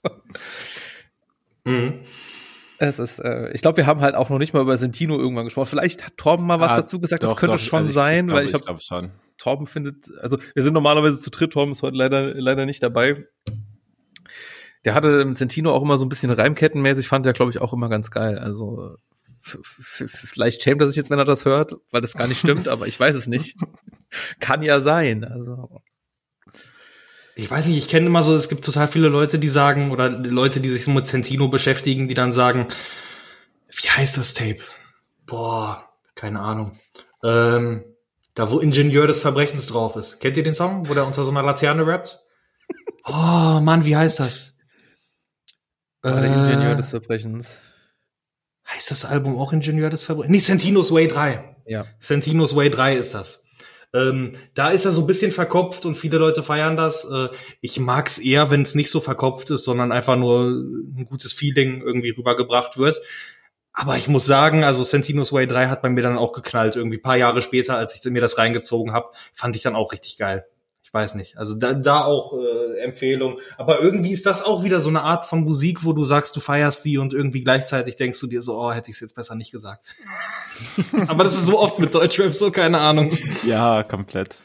Mhm. Es ist, äh, ich glaube, wir haben halt auch noch nicht mal über Santino irgendwann gesprochen. Vielleicht hat Torben mal was ah, dazu gesagt, doch, das könnte doch, schon also ich, sein, ich glaub, weil ich, ich glaube schon. Torben findet, also wir sind normalerweise zu dritt, Torben ist heute leider leider nicht dabei. Der hatte Santino auch immer so ein bisschen reimkettenmäßig, fand er, glaube ich, auch immer ganz geil. Also f- f- vielleicht schämt er sich jetzt, wenn er das hört, weil das gar nicht stimmt, aber ich weiß es nicht. Kann ja sein. Also ich weiß nicht, ich kenne immer so, es gibt total viele Leute, die sagen, oder Leute, die sich so mit Centino beschäftigen, die dann sagen, wie heißt das Tape? Boah, keine Ahnung. Ähm, da, wo Ingenieur des Verbrechens drauf ist. Kennt ihr den Song, wo der unter so einer Laterne rappt? Oh, Mann, wie heißt das? Der äh, Ingenieur des Verbrechens. Heißt das Album auch Ingenieur des Verbrechens? Nee, Santino's Way drei. Ja. Santino's Way drei ist das. Ähm, da ist er so ein bisschen verkopft und viele Leute feiern das. Äh, ich mag's eher, wenn es nicht so verkopft ist, sondern einfach nur ein gutes Feeling irgendwie rübergebracht wird. Aber ich muss sagen, also Santino's Way drei hat bei mir dann auch geknallt. Irgendwie ein paar Jahre später, als ich mir das reingezogen habe, fand ich dann auch richtig geil. Ich weiß nicht. Also da, da auch äh, Empfehlung. Aber irgendwie ist das auch wieder so eine Art von Musik, wo du sagst, du feierst die und irgendwie gleichzeitig denkst du dir so, oh, hätte ich es jetzt besser nicht gesagt. Aber das ist so oft mit Deutschrap so, keine Ahnung. Ja, komplett.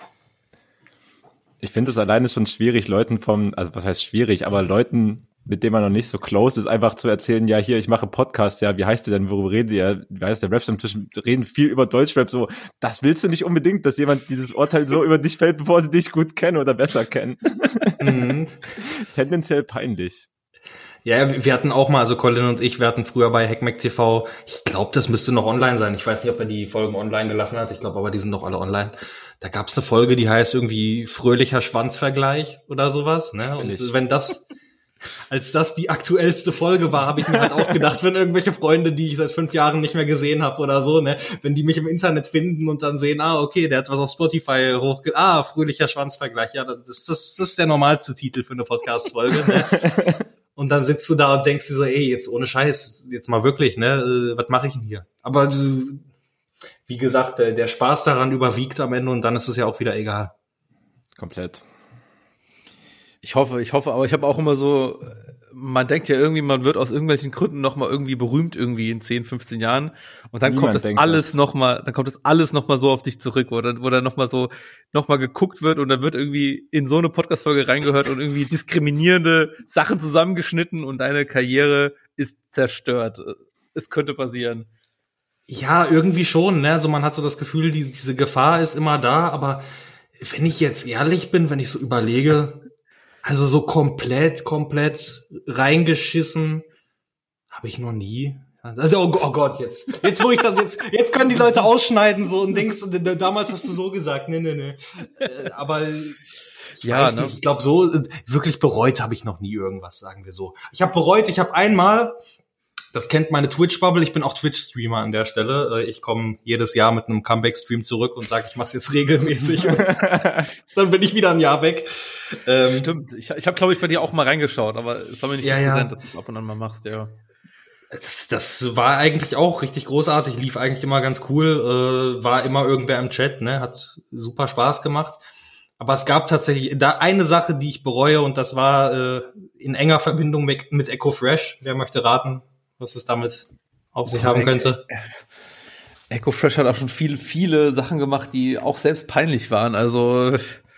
Ich finde es alleine schon schwierig, Leuten vom, also was heißt schwierig, aber Leuten, mit denen man noch nicht so close ist, einfach zu erzählen, ja, hier, ich mache Podcast, ja, wie heißt der denn, worüber redet ihr? Wie heißt der Rap-Stammtisch? Reden viel über Deutschrap, so, das willst du nicht unbedingt, dass jemand dieses Urteil so über dich fällt, bevor sie dich gut kennen oder besser kennen. Mhm. Tendenziell peinlich. Ja, wir hatten auch mal, also Colin und ich, wir hatten früher bei Hackmack T V, ich glaube, das müsste noch online sein. Ich weiß nicht, ob er die Folgen online gelassen hat. Ich glaube aber, die sind noch alle online. Da gab es eine Folge, die heißt irgendwie fröhlicher Schwanzvergleich oder sowas. Ne? Und wenn das, als das die aktuellste Folge war, habe ich mir halt auch gedacht, wenn irgendwelche Freunde, die ich seit fünf Jahren nicht mehr gesehen habe oder so, ne, wenn die mich im Internet finden und dann sehen, ah, okay, der hat was auf Spotify hochge... Ah, fröhlicher Schwanzvergleich. Ja, das, das, das ist der normalste Titel für eine Podcast-Folge. Ne? Und dann sitzt du da und denkst dir so, ey, jetzt ohne Scheiß, jetzt mal wirklich, ne, was mache ich denn hier? Aber wie gesagt, der Spaß daran überwiegt am Ende und dann ist es ja auch wieder egal. Komplett. Ich hoffe, ich hoffe, aber ich habe auch immer so, man denkt ja irgendwie, man wird aus irgendwelchen Gründen nochmal irgendwie berühmt irgendwie in zehn, fünfzehn Jahren und dann Niemand kommt das alles nochmal, dann kommt das alles nochmal so auf dich zurück, wo dann, wo dann nochmal so, nochmal geguckt wird und dann wird irgendwie in so eine Podcast-Folge reingehört und irgendwie diskriminierende Sachen zusammengeschnitten und deine Karriere ist zerstört. Es könnte passieren. Ja, irgendwie schon, ne, also man hat so das Gefühl, die, diese Gefahr ist immer da, aber wenn ich jetzt ehrlich bin, wenn ich so überlege, also so komplett, komplett reingeschissen habe ich noch nie. Also, oh, oh Gott, jetzt. Jetzt, wo ich das jetzt, jetzt können die Leute ausschneiden so und denkst, damals hast du so gesagt, nee, nee, nee. Aber ich ja, weiß ne? nicht, ich glaube so, wirklich bereut habe ich noch nie irgendwas, sagen wir so. Ich habe bereut, ich habe einmal, das kennt meine Twitch-Bubble, ich bin auch Twitch-Streamer an der Stelle. Ich komme jedes Jahr mit einem Comeback-Stream zurück und sage, ich mache es jetzt regelmäßig. Und dann bin ich wieder ein Jahr weg. Ähm, Stimmt, ich, ich habe, glaube ich, bei dir auch mal reingeschaut, aber es war mir nicht ja, so präsent, ja. dass du es ab und an mal machst, ja. Das, das war eigentlich auch richtig großartig, lief eigentlich immer ganz cool, äh, war immer irgendwer im Chat, ne, hat super Spaß gemacht. Aber es gab tatsächlich da eine Sache, die ich bereue und das war äh, in enger Verbindung mit, mit Echo Fresh. Wer möchte raten, was es damit auf sich haben könnte? Echo Fresh hat auch schon viele, viele Sachen gemacht, die auch selbst peinlich waren. Also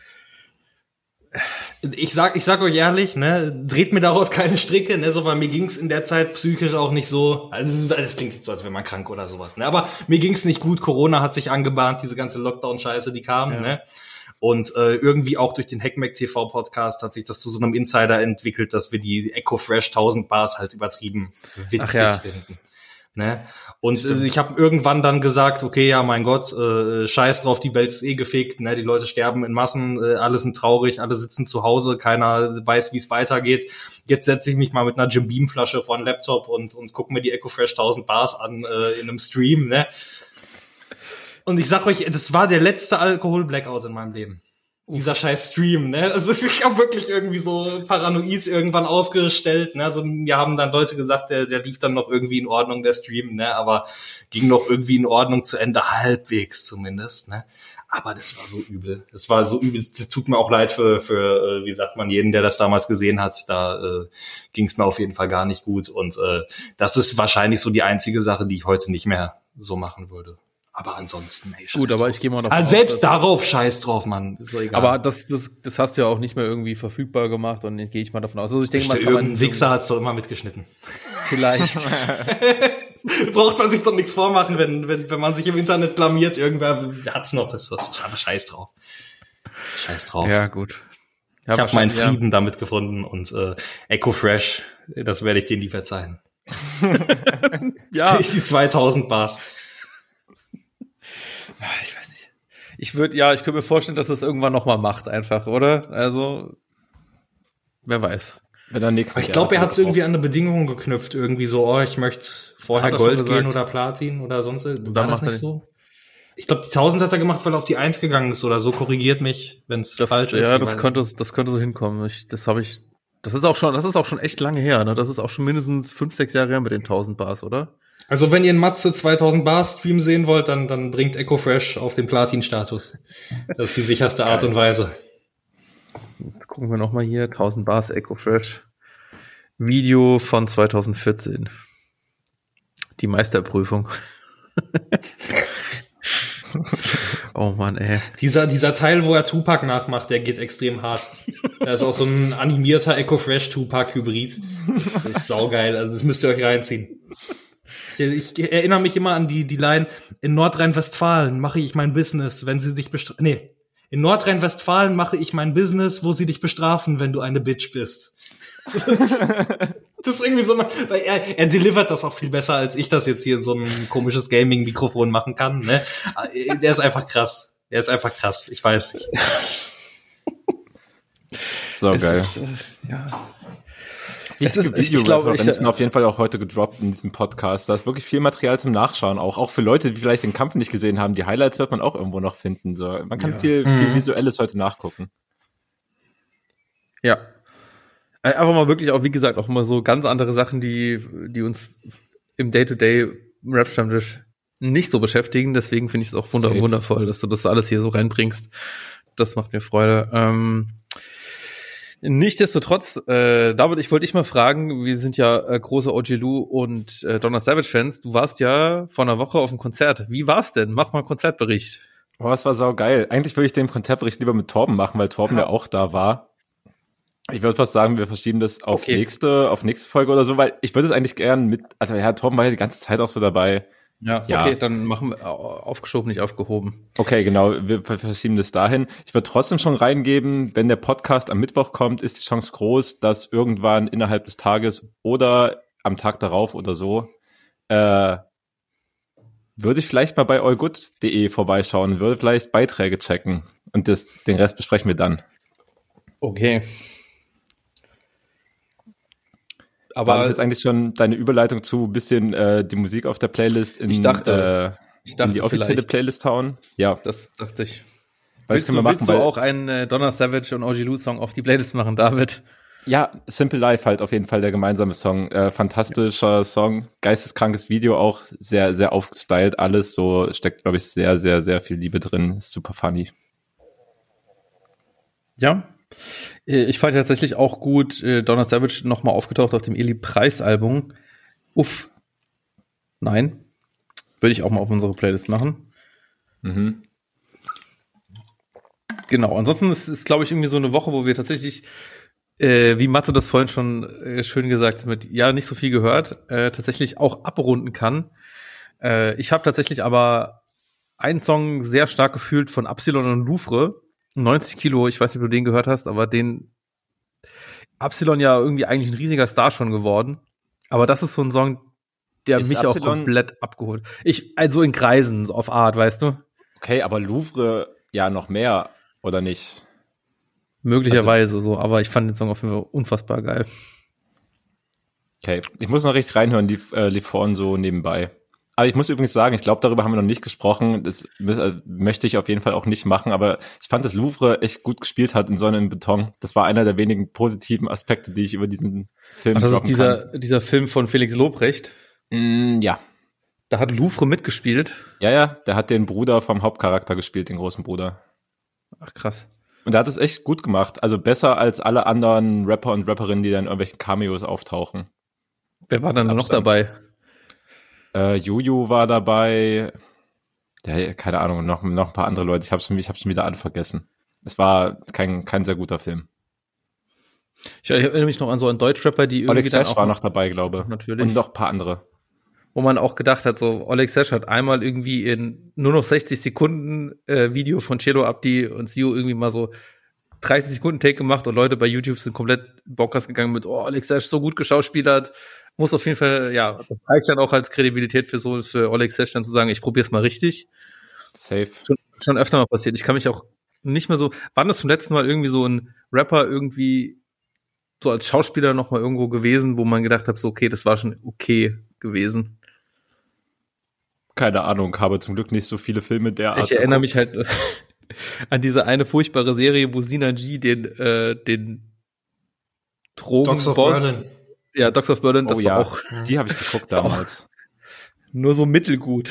ich sag, ich sag euch ehrlich, ne, dreht mir daraus keine Stricke, ne, so, weil mir ging's in der Zeit psychisch auch nicht so, also das klingt jetzt so, als wäre man krank oder sowas, ne, aber mir ging's nicht gut, Corona hat sich angebahnt, diese ganze Lockdown-Scheiße, die kam, ja. ne, und äh, irgendwie auch durch den Hackmack T V Podcast hat sich das zu so einem Insider entwickelt, dass wir die Echo Fresh tausend Bars halt übertrieben witzig ja. finden. Ne? Und äh, ich habe irgendwann dann gesagt, okay, ja, mein Gott, äh, scheiß drauf, die Welt ist eh gefickt, ne? Die Leute sterben in Massen, äh, alle sind traurig, alle sitzen zu Hause, keiner weiß, wie es weitergeht. Jetzt setze ich mich mal mit einer Jim Beam Flasche vor einen Laptop und und gucke mir die Echo Fresh tausend Bars an äh, in einem Stream, ne? Und ich sag euch, das war der letzte Alkohol-Blackout in meinem Leben. Dieser scheiß Stream, ne? Also ich habe wirklich irgendwie so paranoid irgendwann ausgestellt, ne? Also wir haben dann Leute gesagt, der der lief dann noch irgendwie in Ordnung, der Stream, ne? Aber ging noch irgendwie in Ordnung zu Ende, halbwegs zumindest, ne? Aber das war so übel. Das war so übel. Das tut mir auch leid für für wie sagt man jeden, der das damals gesehen hat. Da äh, ging es mir auf jeden Fall gar nicht gut und äh, das ist wahrscheinlich so die einzige Sache, die ich heute nicht mehr so machen würde. Aber ansonsten, ey, scheiß Gut, aber drauf. ich gehe mal davon also aus, selbst darauf scheiß drauf, Mann. Ist so egal. Aber das, das, das hast du ja auch nicht mehr irgendwie verfügbar gemacht und gehe ich mal davon aus. Also ich denke mal, irgendein Wichser hat's doch immer mitgeschnitten. Vielleicht. Braucht man sich doch nichts vormachen, wenn, wenn, wenn man sich im Internet blamiert. Irgendwer hat's noch. Das ist doch scheiß drauf. Scheiß drauf. Ja, gut. Ja, ich habe meinen Frieden ja. damit gefunden und äh, Echo Fresh, das werde ich dir nie verzeihen. Ja. Die zweitausend Bars. Ich weiß nicht. Ich würde, ja, ich könnte mir vorstellen, dass es das irgendwann noch mal macht einfach, oder? Also, wer weiß. Wenn er nächstes ich glaube, er hat es irgendwie an eine Bedingung geknüpft. Irgendwie so, oh, ich möchte vorher Gold gehen oder Platin oder sonst. War das nicht so? Ich glaube, die tausend hat er gemacht, weil er auf die eins gegangen ist oder so. Korrigiert mich, wenn es falsch ja, ist. Ja, das könnte, das könnte so hinkommen. Ich, das habe ich, das ist auch schon, das ist auch schon echt lange her, ne? Das ist auch schon mindestens fünf, sechs Jahre her mit den tausend Bars, oder? Also wenn ihr einen Matze zweitausend Bar Stream sehen wollt, dann, dann bringt Echo Fresh auf den Platin-Status. Das ist die sicherste Art und Weise. Gucken wir nochmal hier, tausend Bars Echo Fresh. Video von zweitausendvierzehn. Die Meisterprüfung. Oh Mann, ey. Dieser, dieser Teil, wo er Tupac nachmacht, der geht extrem hart. Da ist auch so ein animierter Echo Fresh Tupac Hybrid. Das ist saugeil. Also, das müsst ihr euch reinziehen. Ich, ich erinnere mich immer an die, die Line, in Nordrhein-Westfalen mache ich mein Business, wenn sie sich bestrafen. Nee. In Nordrhein-Westfalen mache ich mein Business, wo sie dich bestrafen, wenn du eine Bitch bist. Das ist, das ist irgendwie so, weil er, er delivert das auch viel besser, als ich das jetzt hier in so ein komisches Gaming-Mikrofon machen kann, ne? Der ist einfach krass. Der ist einfach krass. Ich weiß nicht. So es geil. Ist, äh, ja. Wichtige ist, Video, ich glaube, ich sind auf jeden Fall auch heute gedroppt in diesem Podcast. Da ist wirklich viel Material zum Nachschauen, auch auch für Leute, die vielleicht den Kampf nicht gesehen haben. Die Highlights wird man auch irgendwo noch finden. So, man kann ja. viel, mhm. viel Visuelles heute nachgucken. Ja. Einfach mal wirklich auch, wie gesagt, auch mal so ganz andere Sachen, die, die uns im Day-to-Day-Rap-Stammtisch nicht so beschäftigen. Deswegen finde ich es auch wunder- Safe. wundervoll, dass du das alles hier so reinbringst. Das macht mir Freude. Ähm, Nichtsdestotrotz, äh, David, ich wollte dich mal fragen, wir sind ja äh, große O G Lu und äh, Donna Savage-Fans. Du warst ja vor einer Woche auf dem Konzert. Wie war's denn? Mach mal einen Konzertbericht. Oh, das war saugeil. Eigentlich würde ich den Konzertbericht lieber mit Torben machen, weil Torben ja, ja auch da war. Ich würde fast sagen, wir verschieben das auf okay. nächste, auf nächste Folge oder so, weil ich würde es eigentlich gern mit, also ja, Torben war ja die ganze Zeit auch so dabei. Ja, ja, okay, dann machen wir aufgeschoben, nicht aufgehoben. Okay, genau, wir verschieben das dahin. Ich würde trotzdem schon reingeben, wenn der Podcast am Mittwoch kommt, ist die Chance groß, dass irgendwann innerhalb des Tages oder am Tag darauf oder so, äh, würde ich vielleicht mal bei allgood punkt de vorbeischauen, würde vielleicht Beiträge checken und das, den Rest besprechen wir dann. Okay. Aber war das jetzt eigentlich schon deine Überleitung zu ein bisschen äh, die Musik auf der Playlist in, ich dachte, äh, ich dachte in die offizielle Playlist hauen? Ja. Das dachte ich. Weil willst, das können wir du, machen, willst du auch einen äh, Donna Savage und O G Lu Song auf die Playlist machen, David? Ja, Simple Life halt auf jeden Fall der gemeinsame Song. Äh, fantastischer ja. Song, geisteskrankes Video auch, sehr, sehr aufgestylt alles. So steckt, glaube ich, sehr, sehr, sehr viel Liebe drin. Ist super funny. Ja. Ich fand tatsächlich auch gut, Donna Savage nochmal aufgetaucht auf dem Eli Preis Album. Uff. Nein. Würde ich auch mal auf unsere Playlist machen. Mhm. Genau. Ansonsten ist es, glaube ich, irgendwie so eine Woche, wo wir tatsächlich, äh, wie Matze das vorhin schon äh, schön gesagt hat, mit ja, nicht so viel gehört, äh, tatsächlich auch abrunden kann. Äh, ich habe tatsächlich aber einen Song sehr stark gefühlt von Absilon und Louvre. neunzig Kilo, ich weiß nicht, ob du den gehört hast, aber den Absilon ja irgendwie eigentlich ein riesiger Star schon geworden. Aber das ist so ein Song, der ist mich Absilon auch komplett abgeholt. Ich, also in Kreisen, so auf Art, weißt du? Okay, aber Louvre ja noch mehr, oder nicht? Möglicherweise also, so, aber ich fand den Song auf jeden Fall unfassbar geil. Okay, ich muss noch richtig reinhören, die äh, Liforn so nebenbei. Aber ich muss übrigens sagen, ich glaube, darüber haben wir noch nicht gesprochen. Das möchte ich auf jeden Fall auch nicht machen. Aber ich fand, dass Louvre echt gut gespielt hat in Sonne im Beton. Das war einer der wenigen positiven Aspekte, die ich über diesen Film Ach, das ist dieser, kann. dieser Film von Felix Lobrecht? Mm, ja. Da hat Louvre mitgespielt? Ja, ja. Der hat den Bruder vom Hauptcharakter gespielt, den großen Bruder. Ach, krass. Und der hat es echt gut gemacht. Also besser als alle anderen Rapper und Rapperinnen, die da in irgendwelchen Cameos auftauchen. Wer war dann noch dabei? Äh, Juju war dabei, ja, keine Ahnung, noch, noch ein paar andere Leute. Ich habe schon, ich hab schon wieder alle vergessen. Es war kein, kein sehr guter Film. Ich erinnere mich noch an so einen Deutschrapper, die irgendwie Oleg dann Sesh auch war noch dabei, glaube ich. Natürlich. Und noch ein paar andere. Wo man auch gedacht hat, so Oleg Sesh hat einmal irgendwie in nur noch sechzig Sekunden äh, Video von Cello Abdi und Sio irgendwie mal so dreißig Sekunden Take gemacht und Leute bei YouTube sind komplett bonkers gegangen mit, oh, Oleg Sesh so gut geschauspielert. Muss auf jeden Fall, ja, das reicht dann auch als Kredibilität für so, für Oleg Sesh dann zu sagen, ich probier's mal richtig. Safe. Schon, schon öfter mal passiert. Ich kann mich auch nicht mehr so, wann ist zum letzten Mal irgendwie so ein Rapper irgendwie so als Schauspieler noch mal irgendwo gewesen, wo man gedacht hat, so, okay, das war schon okay gewesen. Keine Ahnung, habe zum Glück nicht so viele Filme der Art. Ich erinnere mich halt an diese eine furchtbare Serie, wo Sina G den, äh, den Drogenboss. Dogs of Berlin. Ja, Dogs of Berlin, das oh, war ja. auch. Die habe ich geguckt damals. Nur so mittelgut.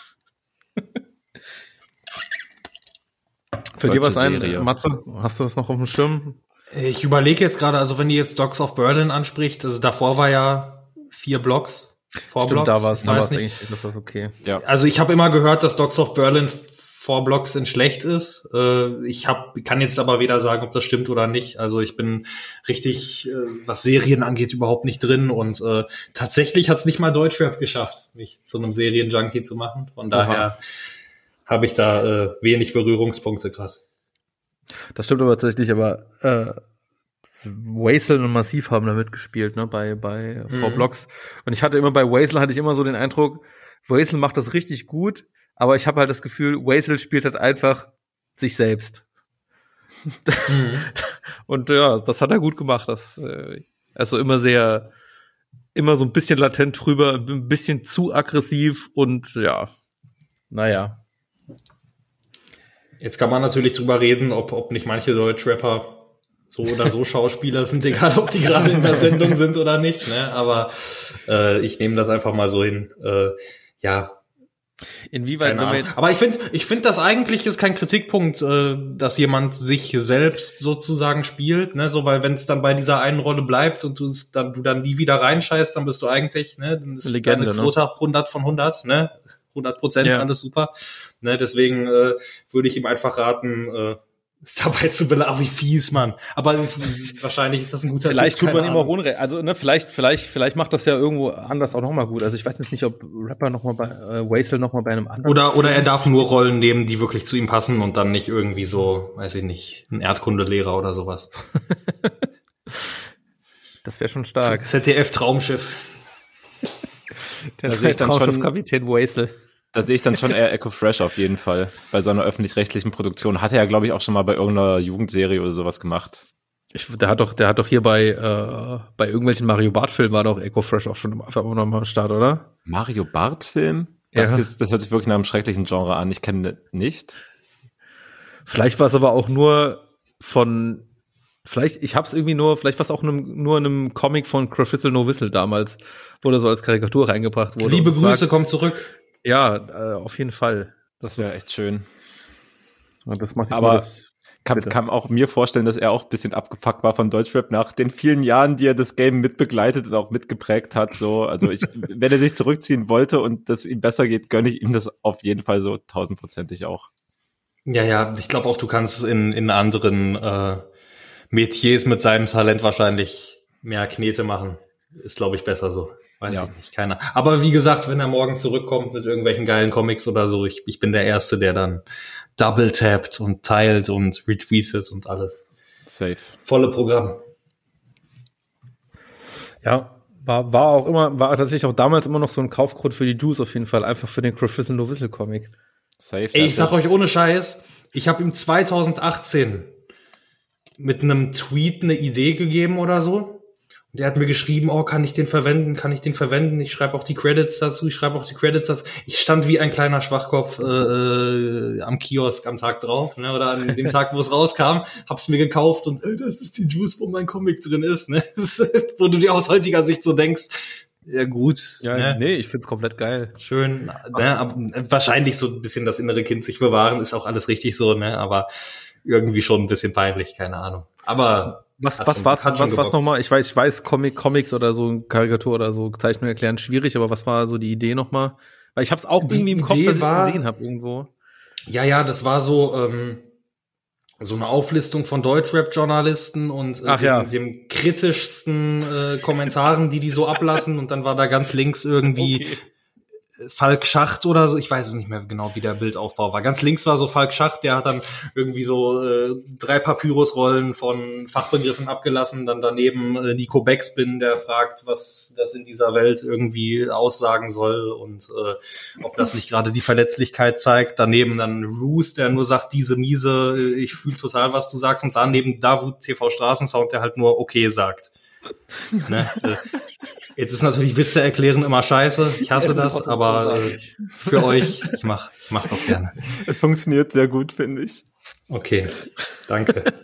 Für dir was ein, Serie. Matze? Hast du das noch auf dem Schirm? Ich überlege jetzt gerade, also wenn die jetzt Dogs of Berlin anspricht, also davor war ja vier Blocks. Four Stimmt, Blocks, da war es, ich da war weiß es nicht. eigentlich, das war okay. Ja. Also ich habe immer gehört, dass Dogs of Berlin Four Blocks sind schlecht ist. Äh, ich hab, kann jetzt aber weder sagen, ob das stimmt oder nicht. Also ich bin richtig, äh, was Serien angeht, überhaupt nicht drin. Und äh, tatsächlich hat's nicht mal Deutschrap geschafft, mich zu einem Serienjunkie zu machen. Von daher habe ich da äh, wenig Berührungspunkte gerade. Das stimmt aber tatsächlich, aber äh, Waisel und Massiv haben da mitgespielt, ne, bei bei Four Mhm. Blocks. Und ich hatte immer bei Waisel hatte ich immer so den Eindruck, Waisel macht das richtig gut, aber ich habe halt das Gefühl, Waisel spielt halt einfach sich selbst. Mhm. Und ja, das hat er gut gemacht. Das äh, also immer sehr, immer so ein bisschen latent drüber, ein bisschen zu aggressiv und ja, naja. Jetzt kann man natürlich drüber reden, ob, ob nicht manche Deutschrapper so oder so Schauspieler sind, egal ob die gerade in der Sendung sind oder nicht. Ne? Aber äh, ich nehme das einfach mal so hin. Äh, ja, Inwieweit, keine wenn wir Ahnung. jetzt, Aber ich finde, ich finde, das eigentlich ist kein Kritikpunkt, äh, dass jemand sich selbst sozusagen spielt, ne, so, weil wenn es dann bei dieser einen Rolle bleibt und du es dann, du dann nie wieder reinscheißt, dann bist du eigentlich, ne, dann ist Legende, deine Quote auch hundert von hundert, ne, hundert Prozent, Ja. alles super, ne, deswegen äh, würde ich ihm einfach raten, äh, es dabei zu belassen. Wie fies, Mann. Aber es, wahrscheinlich ist das ein guter vielleicht Tipp, tut man keine ihm auch Ahnung. Unrecht. Also, ne, vielleicht, vielleicht, vielleicht macht das ja irgendwo anders auch nochmal gut. Also ich weiß jetzt nicht, ob Rapper nochmal bei äh, Waisel nochmal bei einem anderen. Oder, oder er darf nur Rollen nehmen, die wirklich zu ihm passen und dann nicht irgendwie so, weiß ich nicht, ein Erdkundelehrer oder sowas. Das wäre schon stark. Z D F-Traumschiff. Der Da sehe ich dann schon- Traumschiff-Kapitän Waisel. Da sehe ich dann schon eher Echo Fresh auf jeden Fall. Bei so einer öffentlich-rechtlichen Produktion. Hat er ja, glaube ich, auch schon mal bei irgendeiner Jugendserie oder sowas gemacht. Ich, der hat doch, der hat doch hier bei äh, bei irgendwelchen Mario Bart-Filmen war doch Echo Fresh auch schon einfach immer noch mal am Start, oder? Mario Bart-Film? Das, Ja. ist, das hört sich wirklich nach einem schrecklichen Genre an. Ich kenne nicht. Vielleicht war es aber auch nur von, vielleicht, ich hab's irgendwie nur, vielleicht war es auch einem, nur in einem Comic von Crefissel No Whistle damals, wo das so als Karikatur reingebracht wurde. Liebe Und es war- Grüße, komm zurück. Ja, äh, auf jeden Fall. Das wäre echt schön. Und das macht Aber- jetzt Kann, Bitte. kann auch mir vorstellen, dass er auch ein bisschen abgefuckt war von Deutschrap nach den vielen Jahren, die er das Game mitbegleitet und auch mitgeprägt hat. So, also ich, wenn er sich zurückziehen wollte und das ihm besser geht, gönne ich ihm das auf jeden Fall so tausendprozentig auch. Ja, ja, ich glaube auch, du kannst in, in anderen äh, Metiers mit seinem Talent wahrscheinlich mehr Knete machen. Ist, glaube ich, besser so. Weiß Ja. ich nicht, keiner. Aber wie gesagt, wenn er morgen zurückkommt mit irgendwelchen geilen Comics oder so, ich, ich bin der Erste, der dann double tappt und teilt und retweetet und alles. Safe. Volle Programm. Ja, war, war auch immer, war tatsächlich auch damals immer noch so ein Kaufgrund für die Juice auf jeden Fall, einfach für den Crefissel No Whistle Comic. Safe. Ey, ich sag euch ohne Scheiß, ich habe ihm zwanzig achtzehn mit einem Tweet eine Idee gegeben oder so. Und der hat mir geschrieben, oh, kann ich den verwenden, kann ich den verwenden? Ich schreibe auch die Credits dazu, ich schreibe auch die Credits dazu. Ich stand wie ein kleiner Schwachkopf äh, äh, am Kiosk am Tag drauf, ne? Oder an dem Tag, wo es rauskam, hab's mir gekauft und äh, das ist die Juice, wo mein Comic drin ist, ne? Das ist, wo du dir aus heutiger Sicht so denkst, ja gut, Ja, ne? nee, ich find's komplett geil. Schön, ne? Aber wahrscheinlich so ein bisschen das innere Kind sich bewahren, ist auch alles richtig so, ne? Aber irgendwie schon ein bisschen peinlich, keine Ahnung. Aber Was, Hat was, schon- was, hat schon was, was gebockt. nochmal? Ich weiß, ich weiß, Comic, Comics oder so, Karikatur oder so, Zeichnung erklären, schwierig, aber was war so die Idee nochmal? Weil ich hab's auch Die irgendwie im Kopf, Idee dass ich war- gesehen habe irgendwo. ja, ja, das war so ähm, so eine Auflistung von Deutschrap-Journalisten und äh, Ach dem, ja. dem kritischsten äh, Kommentaren, die die so ablassen. Und dann war da ganz links irgendwie Okay. Falk Schacht oder so, ich weiß es nicht mehr genau, wie der Bildaufbau war. Ganz links war so Falk Schacht, der hat dann irgendwie so äh, drei Papyrusrollen von Fachbegriffen abgelassen, dann daneben äh, Nico Beckspin, der fragt, was das in dieser Welt irgendwie aussagen soll und äh, ob das nicht gerade die Verletzlichkeit zeigt. Daneben dann Roos, der nur sagt, diese miese, ich fühle total, was du sagst, und daneben Davut T V Straßensound, der halt nur okay sagt. Ne? äh, Jetzt ist natürlich Witze erklären immer scheiße. Ich hasse das, aber äh, für euch, ich mach, ich mach doch gerne. Es funktioniert sehr gut, finde ich. Okay, danke.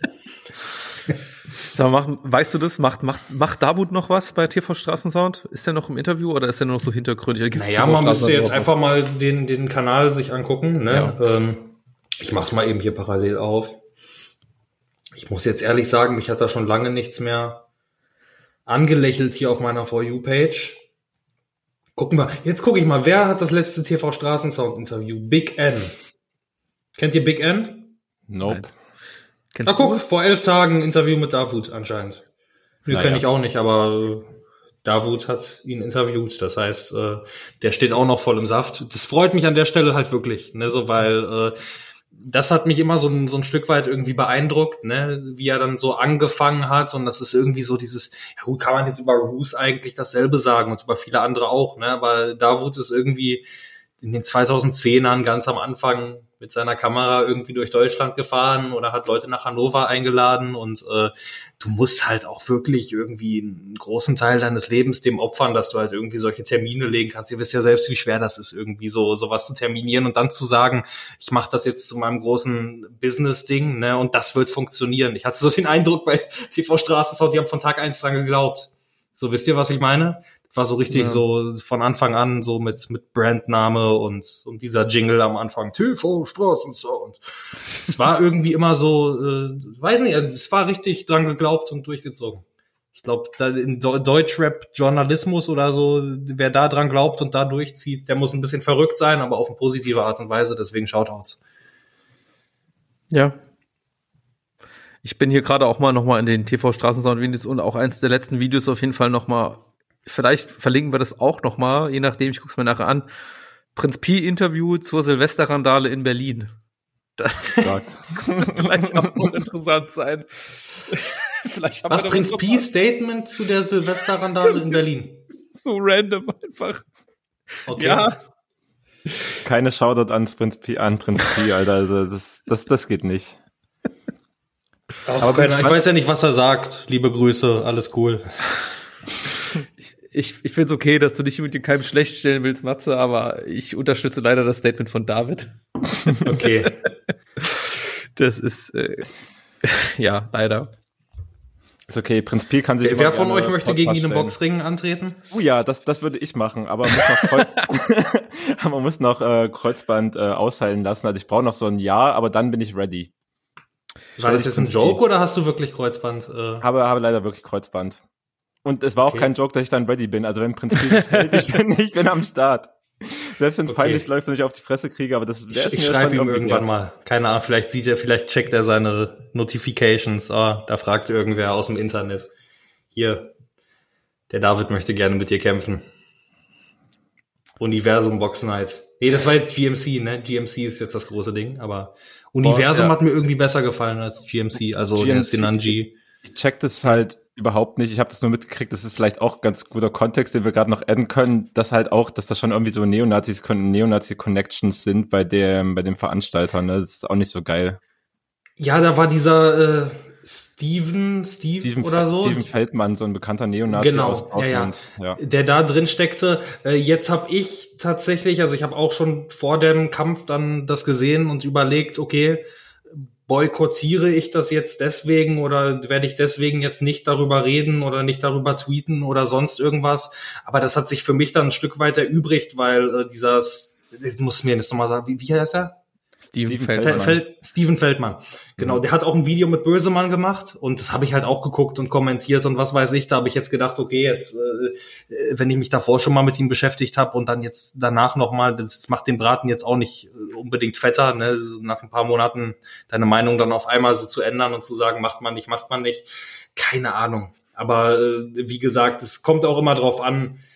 Sag mal, mach, weißt du das? Macht, macht, macht Davut noch was bei T V Straßensound? Ist der noch im Interview oder ist der nur noch so hintergründig? Naja, man müsste jetzt einfach mal den, den Kanal sich angucken. Ne? Ja. Ähm, ich mach's mal eben hier parallel auf. Ich muss jetzt ehrlich sagen, mich hat da schon lange nichts mehr angelächelt hier auf meiner For You-Page. Gucken wir, jetzt gucke ich mal, wer hat das letzte T V Straßensound-Interview? Big N. Kennt ihr Big N? Nope. Ah, guck, vor elf Tagen ein Interview mit Davut anscheinend. Den naja. kenne ich auch nicht, aber Davut hat ihn interviewt. Das heißt, äh, der steht auch noch voll im Saft. Das freut mich an der Stelle halt wirklich, ne, so, weil äh, das hat mich immer so ein, so ein Stück weit irgendwie beeindruckt, ne, wie er dann so angefangen hat, und das ist irgendwie so dieses, ja, kann man jetzt über Roos eigentlich dasselbe sagen und über viele andere auch, ne, aber Davut ist irgendwie in den zweitausendzehnern ganz am Anfang mit seiner Kamera irgendwie durch Deutschland gefahren oder hat Leute nach Hannover eingeladen, und äh, du musst halt auch wirklich irgendwie einen großen Teil deines Lebens dem opfern, dass du halt irgendwie solche Termine legen kannst. Ihr wisst ja selbst, wie schwer das ist, irgendwie so sowas zu terminieren und dann zu sagen, ich mache das jetzt zu meinem großen Business-Ding, ne, und das wird funktionieren. Ich hatte so den Eindruck bei T V Straßensound, die haben von Tag eins dran geglaubt. So, wisst ihr, was ich meine? War so richtig ja. so von Anfang an so mit mit Brandname und und dieser Jingle am Anfang, T V Straßensound. Es war irgendwie immer so, äh, weiß nicht, es war richtig dran geglaubt und durchgezogen. Ich glaube, da in Deutschrap-Journalismus oder so, wer da dran glaubt und da durchzieht, der muss ein bisschen verrückt sein, aber auf eine positive Art und Weise, deswegen Shoutouts. Ja. Ich bin hier gerade auch mal nochmal in den T V Straßensound-Videos und auch eins der letzten Videos auf jeden Fall nochmal. Vielleicht verlinken wir das auch noch mal, je nachdem, ich guck's mir nachher an. Prinz Pi-Interview zur Silvesterrandale in Berlin. Das könnte vielleicht auch wohl interessant sein. Vielleicht haben Was, wir Prinz Pi-Statement zu der Silvesterrandale in Berlin? So random einfach. Okay. Ja. Keine Shoutout an Prinz Pi, an Prinz Pi, Alter. Also das, das, das geht nicht. Auch Aber keine, ich weiß ja nicht, was er sagt. Liebe Grüße, alles cool. Ich, ich, ich finde es okay, dass du dich mit dem keinem schlecht stellen willst, Matze, aber ich unterstütze leider das Statement von David. Okay. Das ist, äh, ja, leider. Ist okay, Prinz Pi kann sich... Wer, wer von euch möchte gegen ihn im Boxring antreten? Oh ja, das, das würde ich machen, aber man muss noch, Kreuz- aber man muss noch äh, Kreuzband äh, ausheilen lassen. Also ich brauche noch so ein Jahr, aber dann bin ich ready. War das jetzt ein Joke oder hast du wirklich Kreuzband? Äh? Habe, habe leider wirklich Kreuzband. Und es war auch okay. kein Joke, dass ich dann ready bin. Also wenn Prinz Pi stellt, ich bin, ich bin am Start. Selbst wenn es okay. peinlich läuft und ich auf die Fresse kriege, aber das wäre Ich, ich schreibe ihm irgendwann mal. Keine Ahnung, vielleicht sieht er, vielleicht checkt er seine Notifications. Ah, da fragt irgendwer aus dem Internet. Hier, der David möchte gerne mit dir kämpfen. Universum Box Night. Nee, das war jetzt G M C, ne? G M C ist jetzt das große Ding, aber Universum oh, ja. hat mir irgendwie besser gefallen als G M C, also G M C, den G. Ich check das halt überhaupt nicht. Ich habe das nur mitgekriegt, das ist vielleicht auch ganz guter Kontext, den wir gerade noch adden können, dass halt auch, dass das schon irgendwie so Neonazis, Neonazi-Connections sind bei dem, bei dem Veranstalter, ne? Das ist auch nicht so geil. Ja, da war dieser äh, Steven, Steve Steven, oder so. Steven Feldmann, so ein bekannter Neonazi genau, aus Dortmund. Ja, ja. Der da drin steckte. Äh, jetzt habe ich tatsächlich, also ich habe auch schon vor dem Kampf dann das gesehen und überlegt, okay, boykottiere ich das jetzt deswegen oder werde ich deswegen jetzt nicht darüber reden oder nicht darüber tweeten oder sonst irgendwas. Aber das hat sich für mich dann ein Stück weit erübrigt, weil äh, dieser, ich muss mir jetzt nochmal sagen, wie, wie heißt er? Steven, Steven Feldmann. Fel- Steven Feldmann. Genau, mhm. Der hat auch ein Video mit Bösemann gemacht und das habe ich halt auch geguckt und kommentiert und was weiß ich. Da habe ich jetzt gedacht, okay, jetzt, äh, wenn ich mich davor schon mal mit ihm beschäftigt habe und dann jetzt danach nochmal, das macht den Braten jetzt auch nicht unbedingt fetter, ne? Nach ein paar Monaten deine Meinung dann auf einmal so zu ändern und zu sagen, macht man nicht, macht man nicht. Keine Ahnung. Aber äh, wie gesagt, es kommt auch immer drauf an,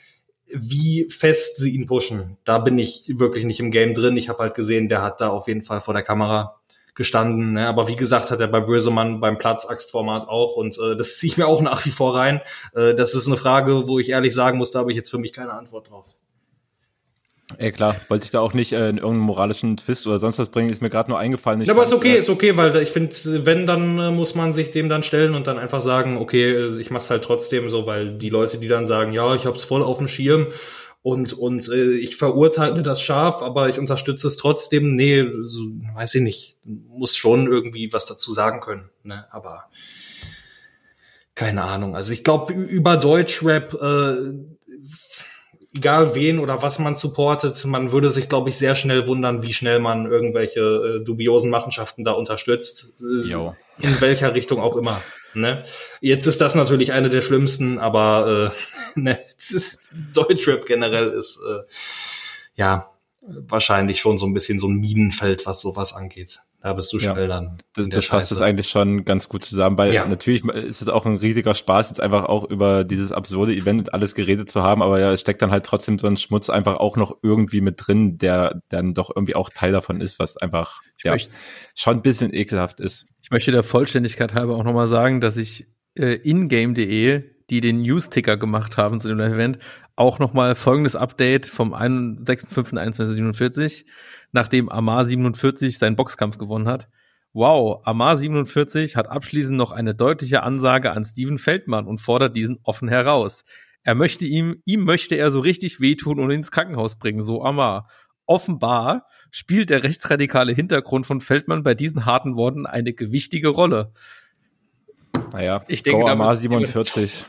wie fest sie ihn pushen. Da bin ich wirklich nicht im Game drin. Ich habe halt gesehen, der hat da auf jeden Fall vor der Kamera gestanden. Ne? Aber wie gesagt, hat er bei Bösemann beim Platz-Axt-Format auch. Und äh, das ziehe ich mir auch nach wie vor rein. Äh, das ist eine Frage, wo ich ehrlich sagen muss, da habe ich jetzt für mich keine Antwort drauf. Ey, klar, wollte ich da auch nicht äh, in irgendeinen moralischen Twist oder sonst was bringen, ist mir gerade nur eingefallen. Ich ja, aber ist okay, äh, ist okay, weil ich finde, wenn, dann äh, muss man sich dem dann stellen und dann einfach sagen, okay, ich mach's halt trotzdem so, weil die Leute, die dann sagen, ja, ich hab's voll auf dem Schirm und und äh, ich verurteile das scharf, aber ich unterstütze es trotzdem, nee, so, weiß ich nicht, muss schon irgendwie was dazu sagen können, ne, aber keine Ahnung. Also ich glaube, über Deutschrap, äh, egal wen oder was man supportet, man würde sich, glaube ich, sehr schnell wundern, wie schnell man irgendwelche äh, dubiosen Machenschaften da unterstützt. Äh, Jo. in welcher Richtung auch immer. Ne? Jetzt ist das natürlich eine der schlimmsten, aber äh, ne, Deutschrap generell ist äh, ja wahrscheinlich schon so ein bisschen so ein Minenfeld, was sowas angeht. Da bist du schnell Ja. dann. Das, das fasst das eigentlich schon ganz gut zusammen, weil Ja. natürlich ist es auch ein riesiger Spaß, jetzt einfach auch über dieses absurde Event und alles geredet zu haben, aber ja, es steckt dann halt trotzdem so ein Schmutz einfach auch noch irgendwie mit drin, der dann doch irgendwie auch Teil davon ist, was einfach Ich ja möchte- schon ein bisschen ekelhaft ist. Ich möchte der Vollständigkeit halber auch nochmal sagen, dass ich äh, ingame punkt de, die den News-Ticker gemacht haben zu dem Event, auch nochmal folgendes Update vom sechster fünfter einundzwanzig nachdem Amar siebenundvierzig seinen Boxkampf gewonnen hat. Wow, Amar siebenundvierzig hat abschließend noch eine deutliche Ansage an Steven Feldmann und fordert diesen offen heraus. Er möchte ihm, ihm möchte er so richtig wehtun und ins Krankenhaus bringen, so Amar. Offenbar spielt der rechtsradikale Hintergrund von Feldmann bei diesen harten Worten eine gewichtige Rolle. Naja, Ich denke, Go da Amar muss- siebenundvierzig.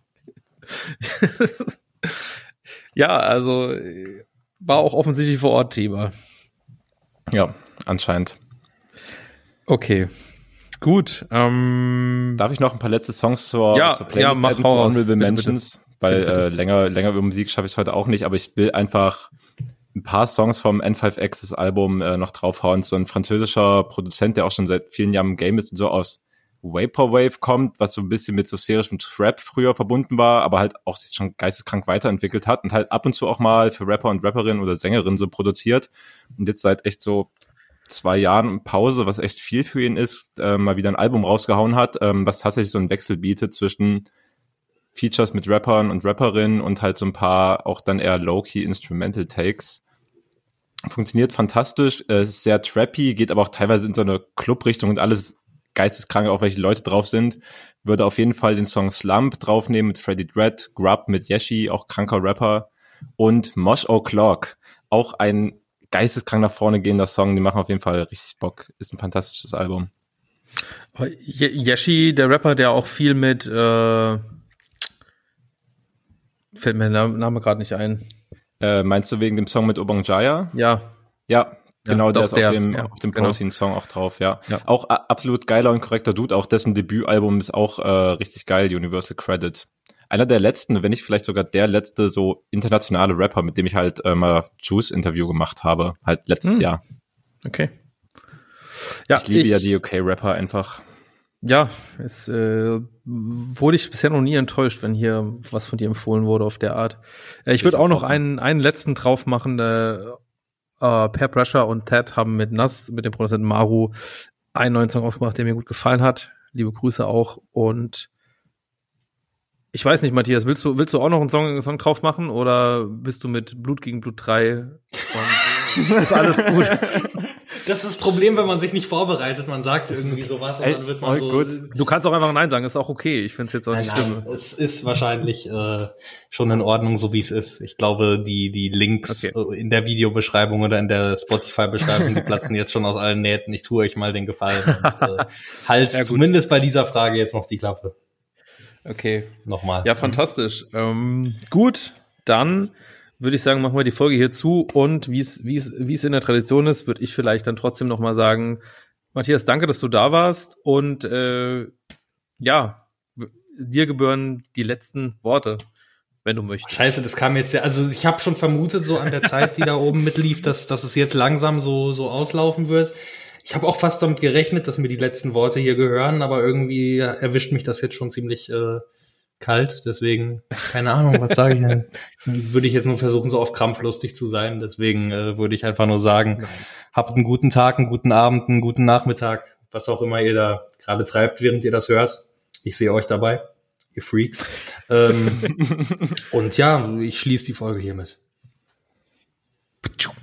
Ja, also äh, war auch offensichtlich vor Ort Thema. Ja, anscheinend. Okay, gut. Ähm, Darf ich noch ein paar letzte Songs zur, Ja, zur Playlist ja, mach adden raus. für Honorable Bitte, Mentions? Weil Bitte, bitte. Äh, länger, länger über Musik schaffe ich es heute auch nicht, aber ich will einfach ein paar Songs vom N fünf X, das Album, äh, noch draufhauen. So ein französischer Produzent, der auch schon seit vielen Jahren im Game ist und so aus Vaporwave kommt, was so ein bisschen mit so sphärischem Trap früher verbunden war, aber halt auch sich schon geisteskrank weiterentwickelt hat und halt ab und zu auch mal für Rapper und Rapperinnen oder Sängerinnen so produziert und jetzt seit echt so zwei Jahren Pause, was echt viel für ihn ist, äh, mal wieder ein Album rausgehauen hat, ähm, was tatsächlich so einen Wechsel bietet zwischen Features mit Rappern und Rapperinnen und halt so ein paar auch dann eher low-key Instrumental Takes. Funktioniert fantastisch, äh, ist sehr trappy, geht aber auch teilweise in so eine Club-Richtung und alles geisteskrank, auch welche Leute drauf sind. Würde auf jeden Fall den Song Slump draufnehmen mit Freddie Dredd, Grub mit Yeshi, auch kranker Rapper und Mosh O'Clock, auch ein geisteskrank nach vorne gehender Song, die machen auf jeden Fall richtig Bock. Ist ein fantastisches Album. Ye- Yeshi, der Rapper, der auch viel mit äh, fällt mir der Name gerade nicht ein. Äh, meinst du wegen dem Song mit Obong Jaya? Ja, Ja, genau, Ja, der doch, ist auf der, dem, ja, auf dem genau. Protein-Song auch drauf, ja. Ja. Auch a- absolut geiler und korrekter Dude, auch dessen Debütalbum ist auch äh, richtig geil, Universal Credit. Einer der letzten, wenn nicht vielleicht sogar der letzte so internationale Rapper, mit dem ich halt äh, mal Juice-Interview gemacht habe, halt letztes Hm. Jahr. okay. Ja, Ich liebe ja die U K-Rapper einfach. Ja, es äh, wurde ich bisher noch nie enttäuscht, wenn hier was von dir empfohlen wurde auf der Art. Äh, ich würde auch noch einen einen letzten drauf machen. Äh, äh, Peer Pressure und Ted haben mit Nas, mit dem Produzenten Maru, einen neuen Song ausgemacht, der mir gut gefallen hat. Liebe Grüße auch. Und ich weiß nicht, Matthias, willst du willst du auch noch einen Song, einen Song drauf machen oder bist du mit Blut gegen Blut drei und ist alles gut? Das ist das Problem, wenn man sich nicht vorbereitet. Man sagt irgendwie sowas und Ey, dann wird man voll so... gut. Du kannst auch einfach Nein sagen, ist auch okay. Ich finde es jetzt auch Nein, nicht nein, schlimm. es ist wahrscheinlich äh, schon in Ordnung, so wie es ist. Ich glaube, die die Links Okay. äh, in der Videobeschreibung oder in der Spotify-Beschreibung, die platzen jetzt schon aus allen Nähten. Ich tue euch mal den Gefallen und äh, halt Ja, gut. zumindest bei dieser Frage jetzt noch die Klappe. Okay. Nochmal. Ja, fantastisch. Ähm, gut, dann würde ich sagen, machen wir die Folge hier zu und wie es wie es wie es in der Tradition ist, würde ich vielleicht dann trotzdem noch mal sagen, Matthias, danke, dass du da warst und äh, ja, w- dir gebühren die letzten Worte, wenn du möchtest. Scheiße, das kam jetzt ja, also ich habe schon vermutet, so an der Zeit, die da oben mitlief, dass, dass es jetzt langsam so, so auslaufen wird. Ich habe auch fast damit gerechnet, dass mir die letzten Worte hier gehören, aber irgendwie erwischt mich das jetzt schon ziemlich äh, kalt, deswegen, keine Ahnung, was sage ich denn? Würde ich jetzt nur versuchen, so auf Krampf lustig zu sein, deswegen äh, würde ich einfach nur sagen, Nein. habt einen guten Tag, einen guten Abend, einen guten Nachmittag, was auch immer ihr da gerade treibt, während ihr das hört. Ich sehe euch dabei, ihr Freaks. ähm, und ja, ich schließe die Folge hiermit.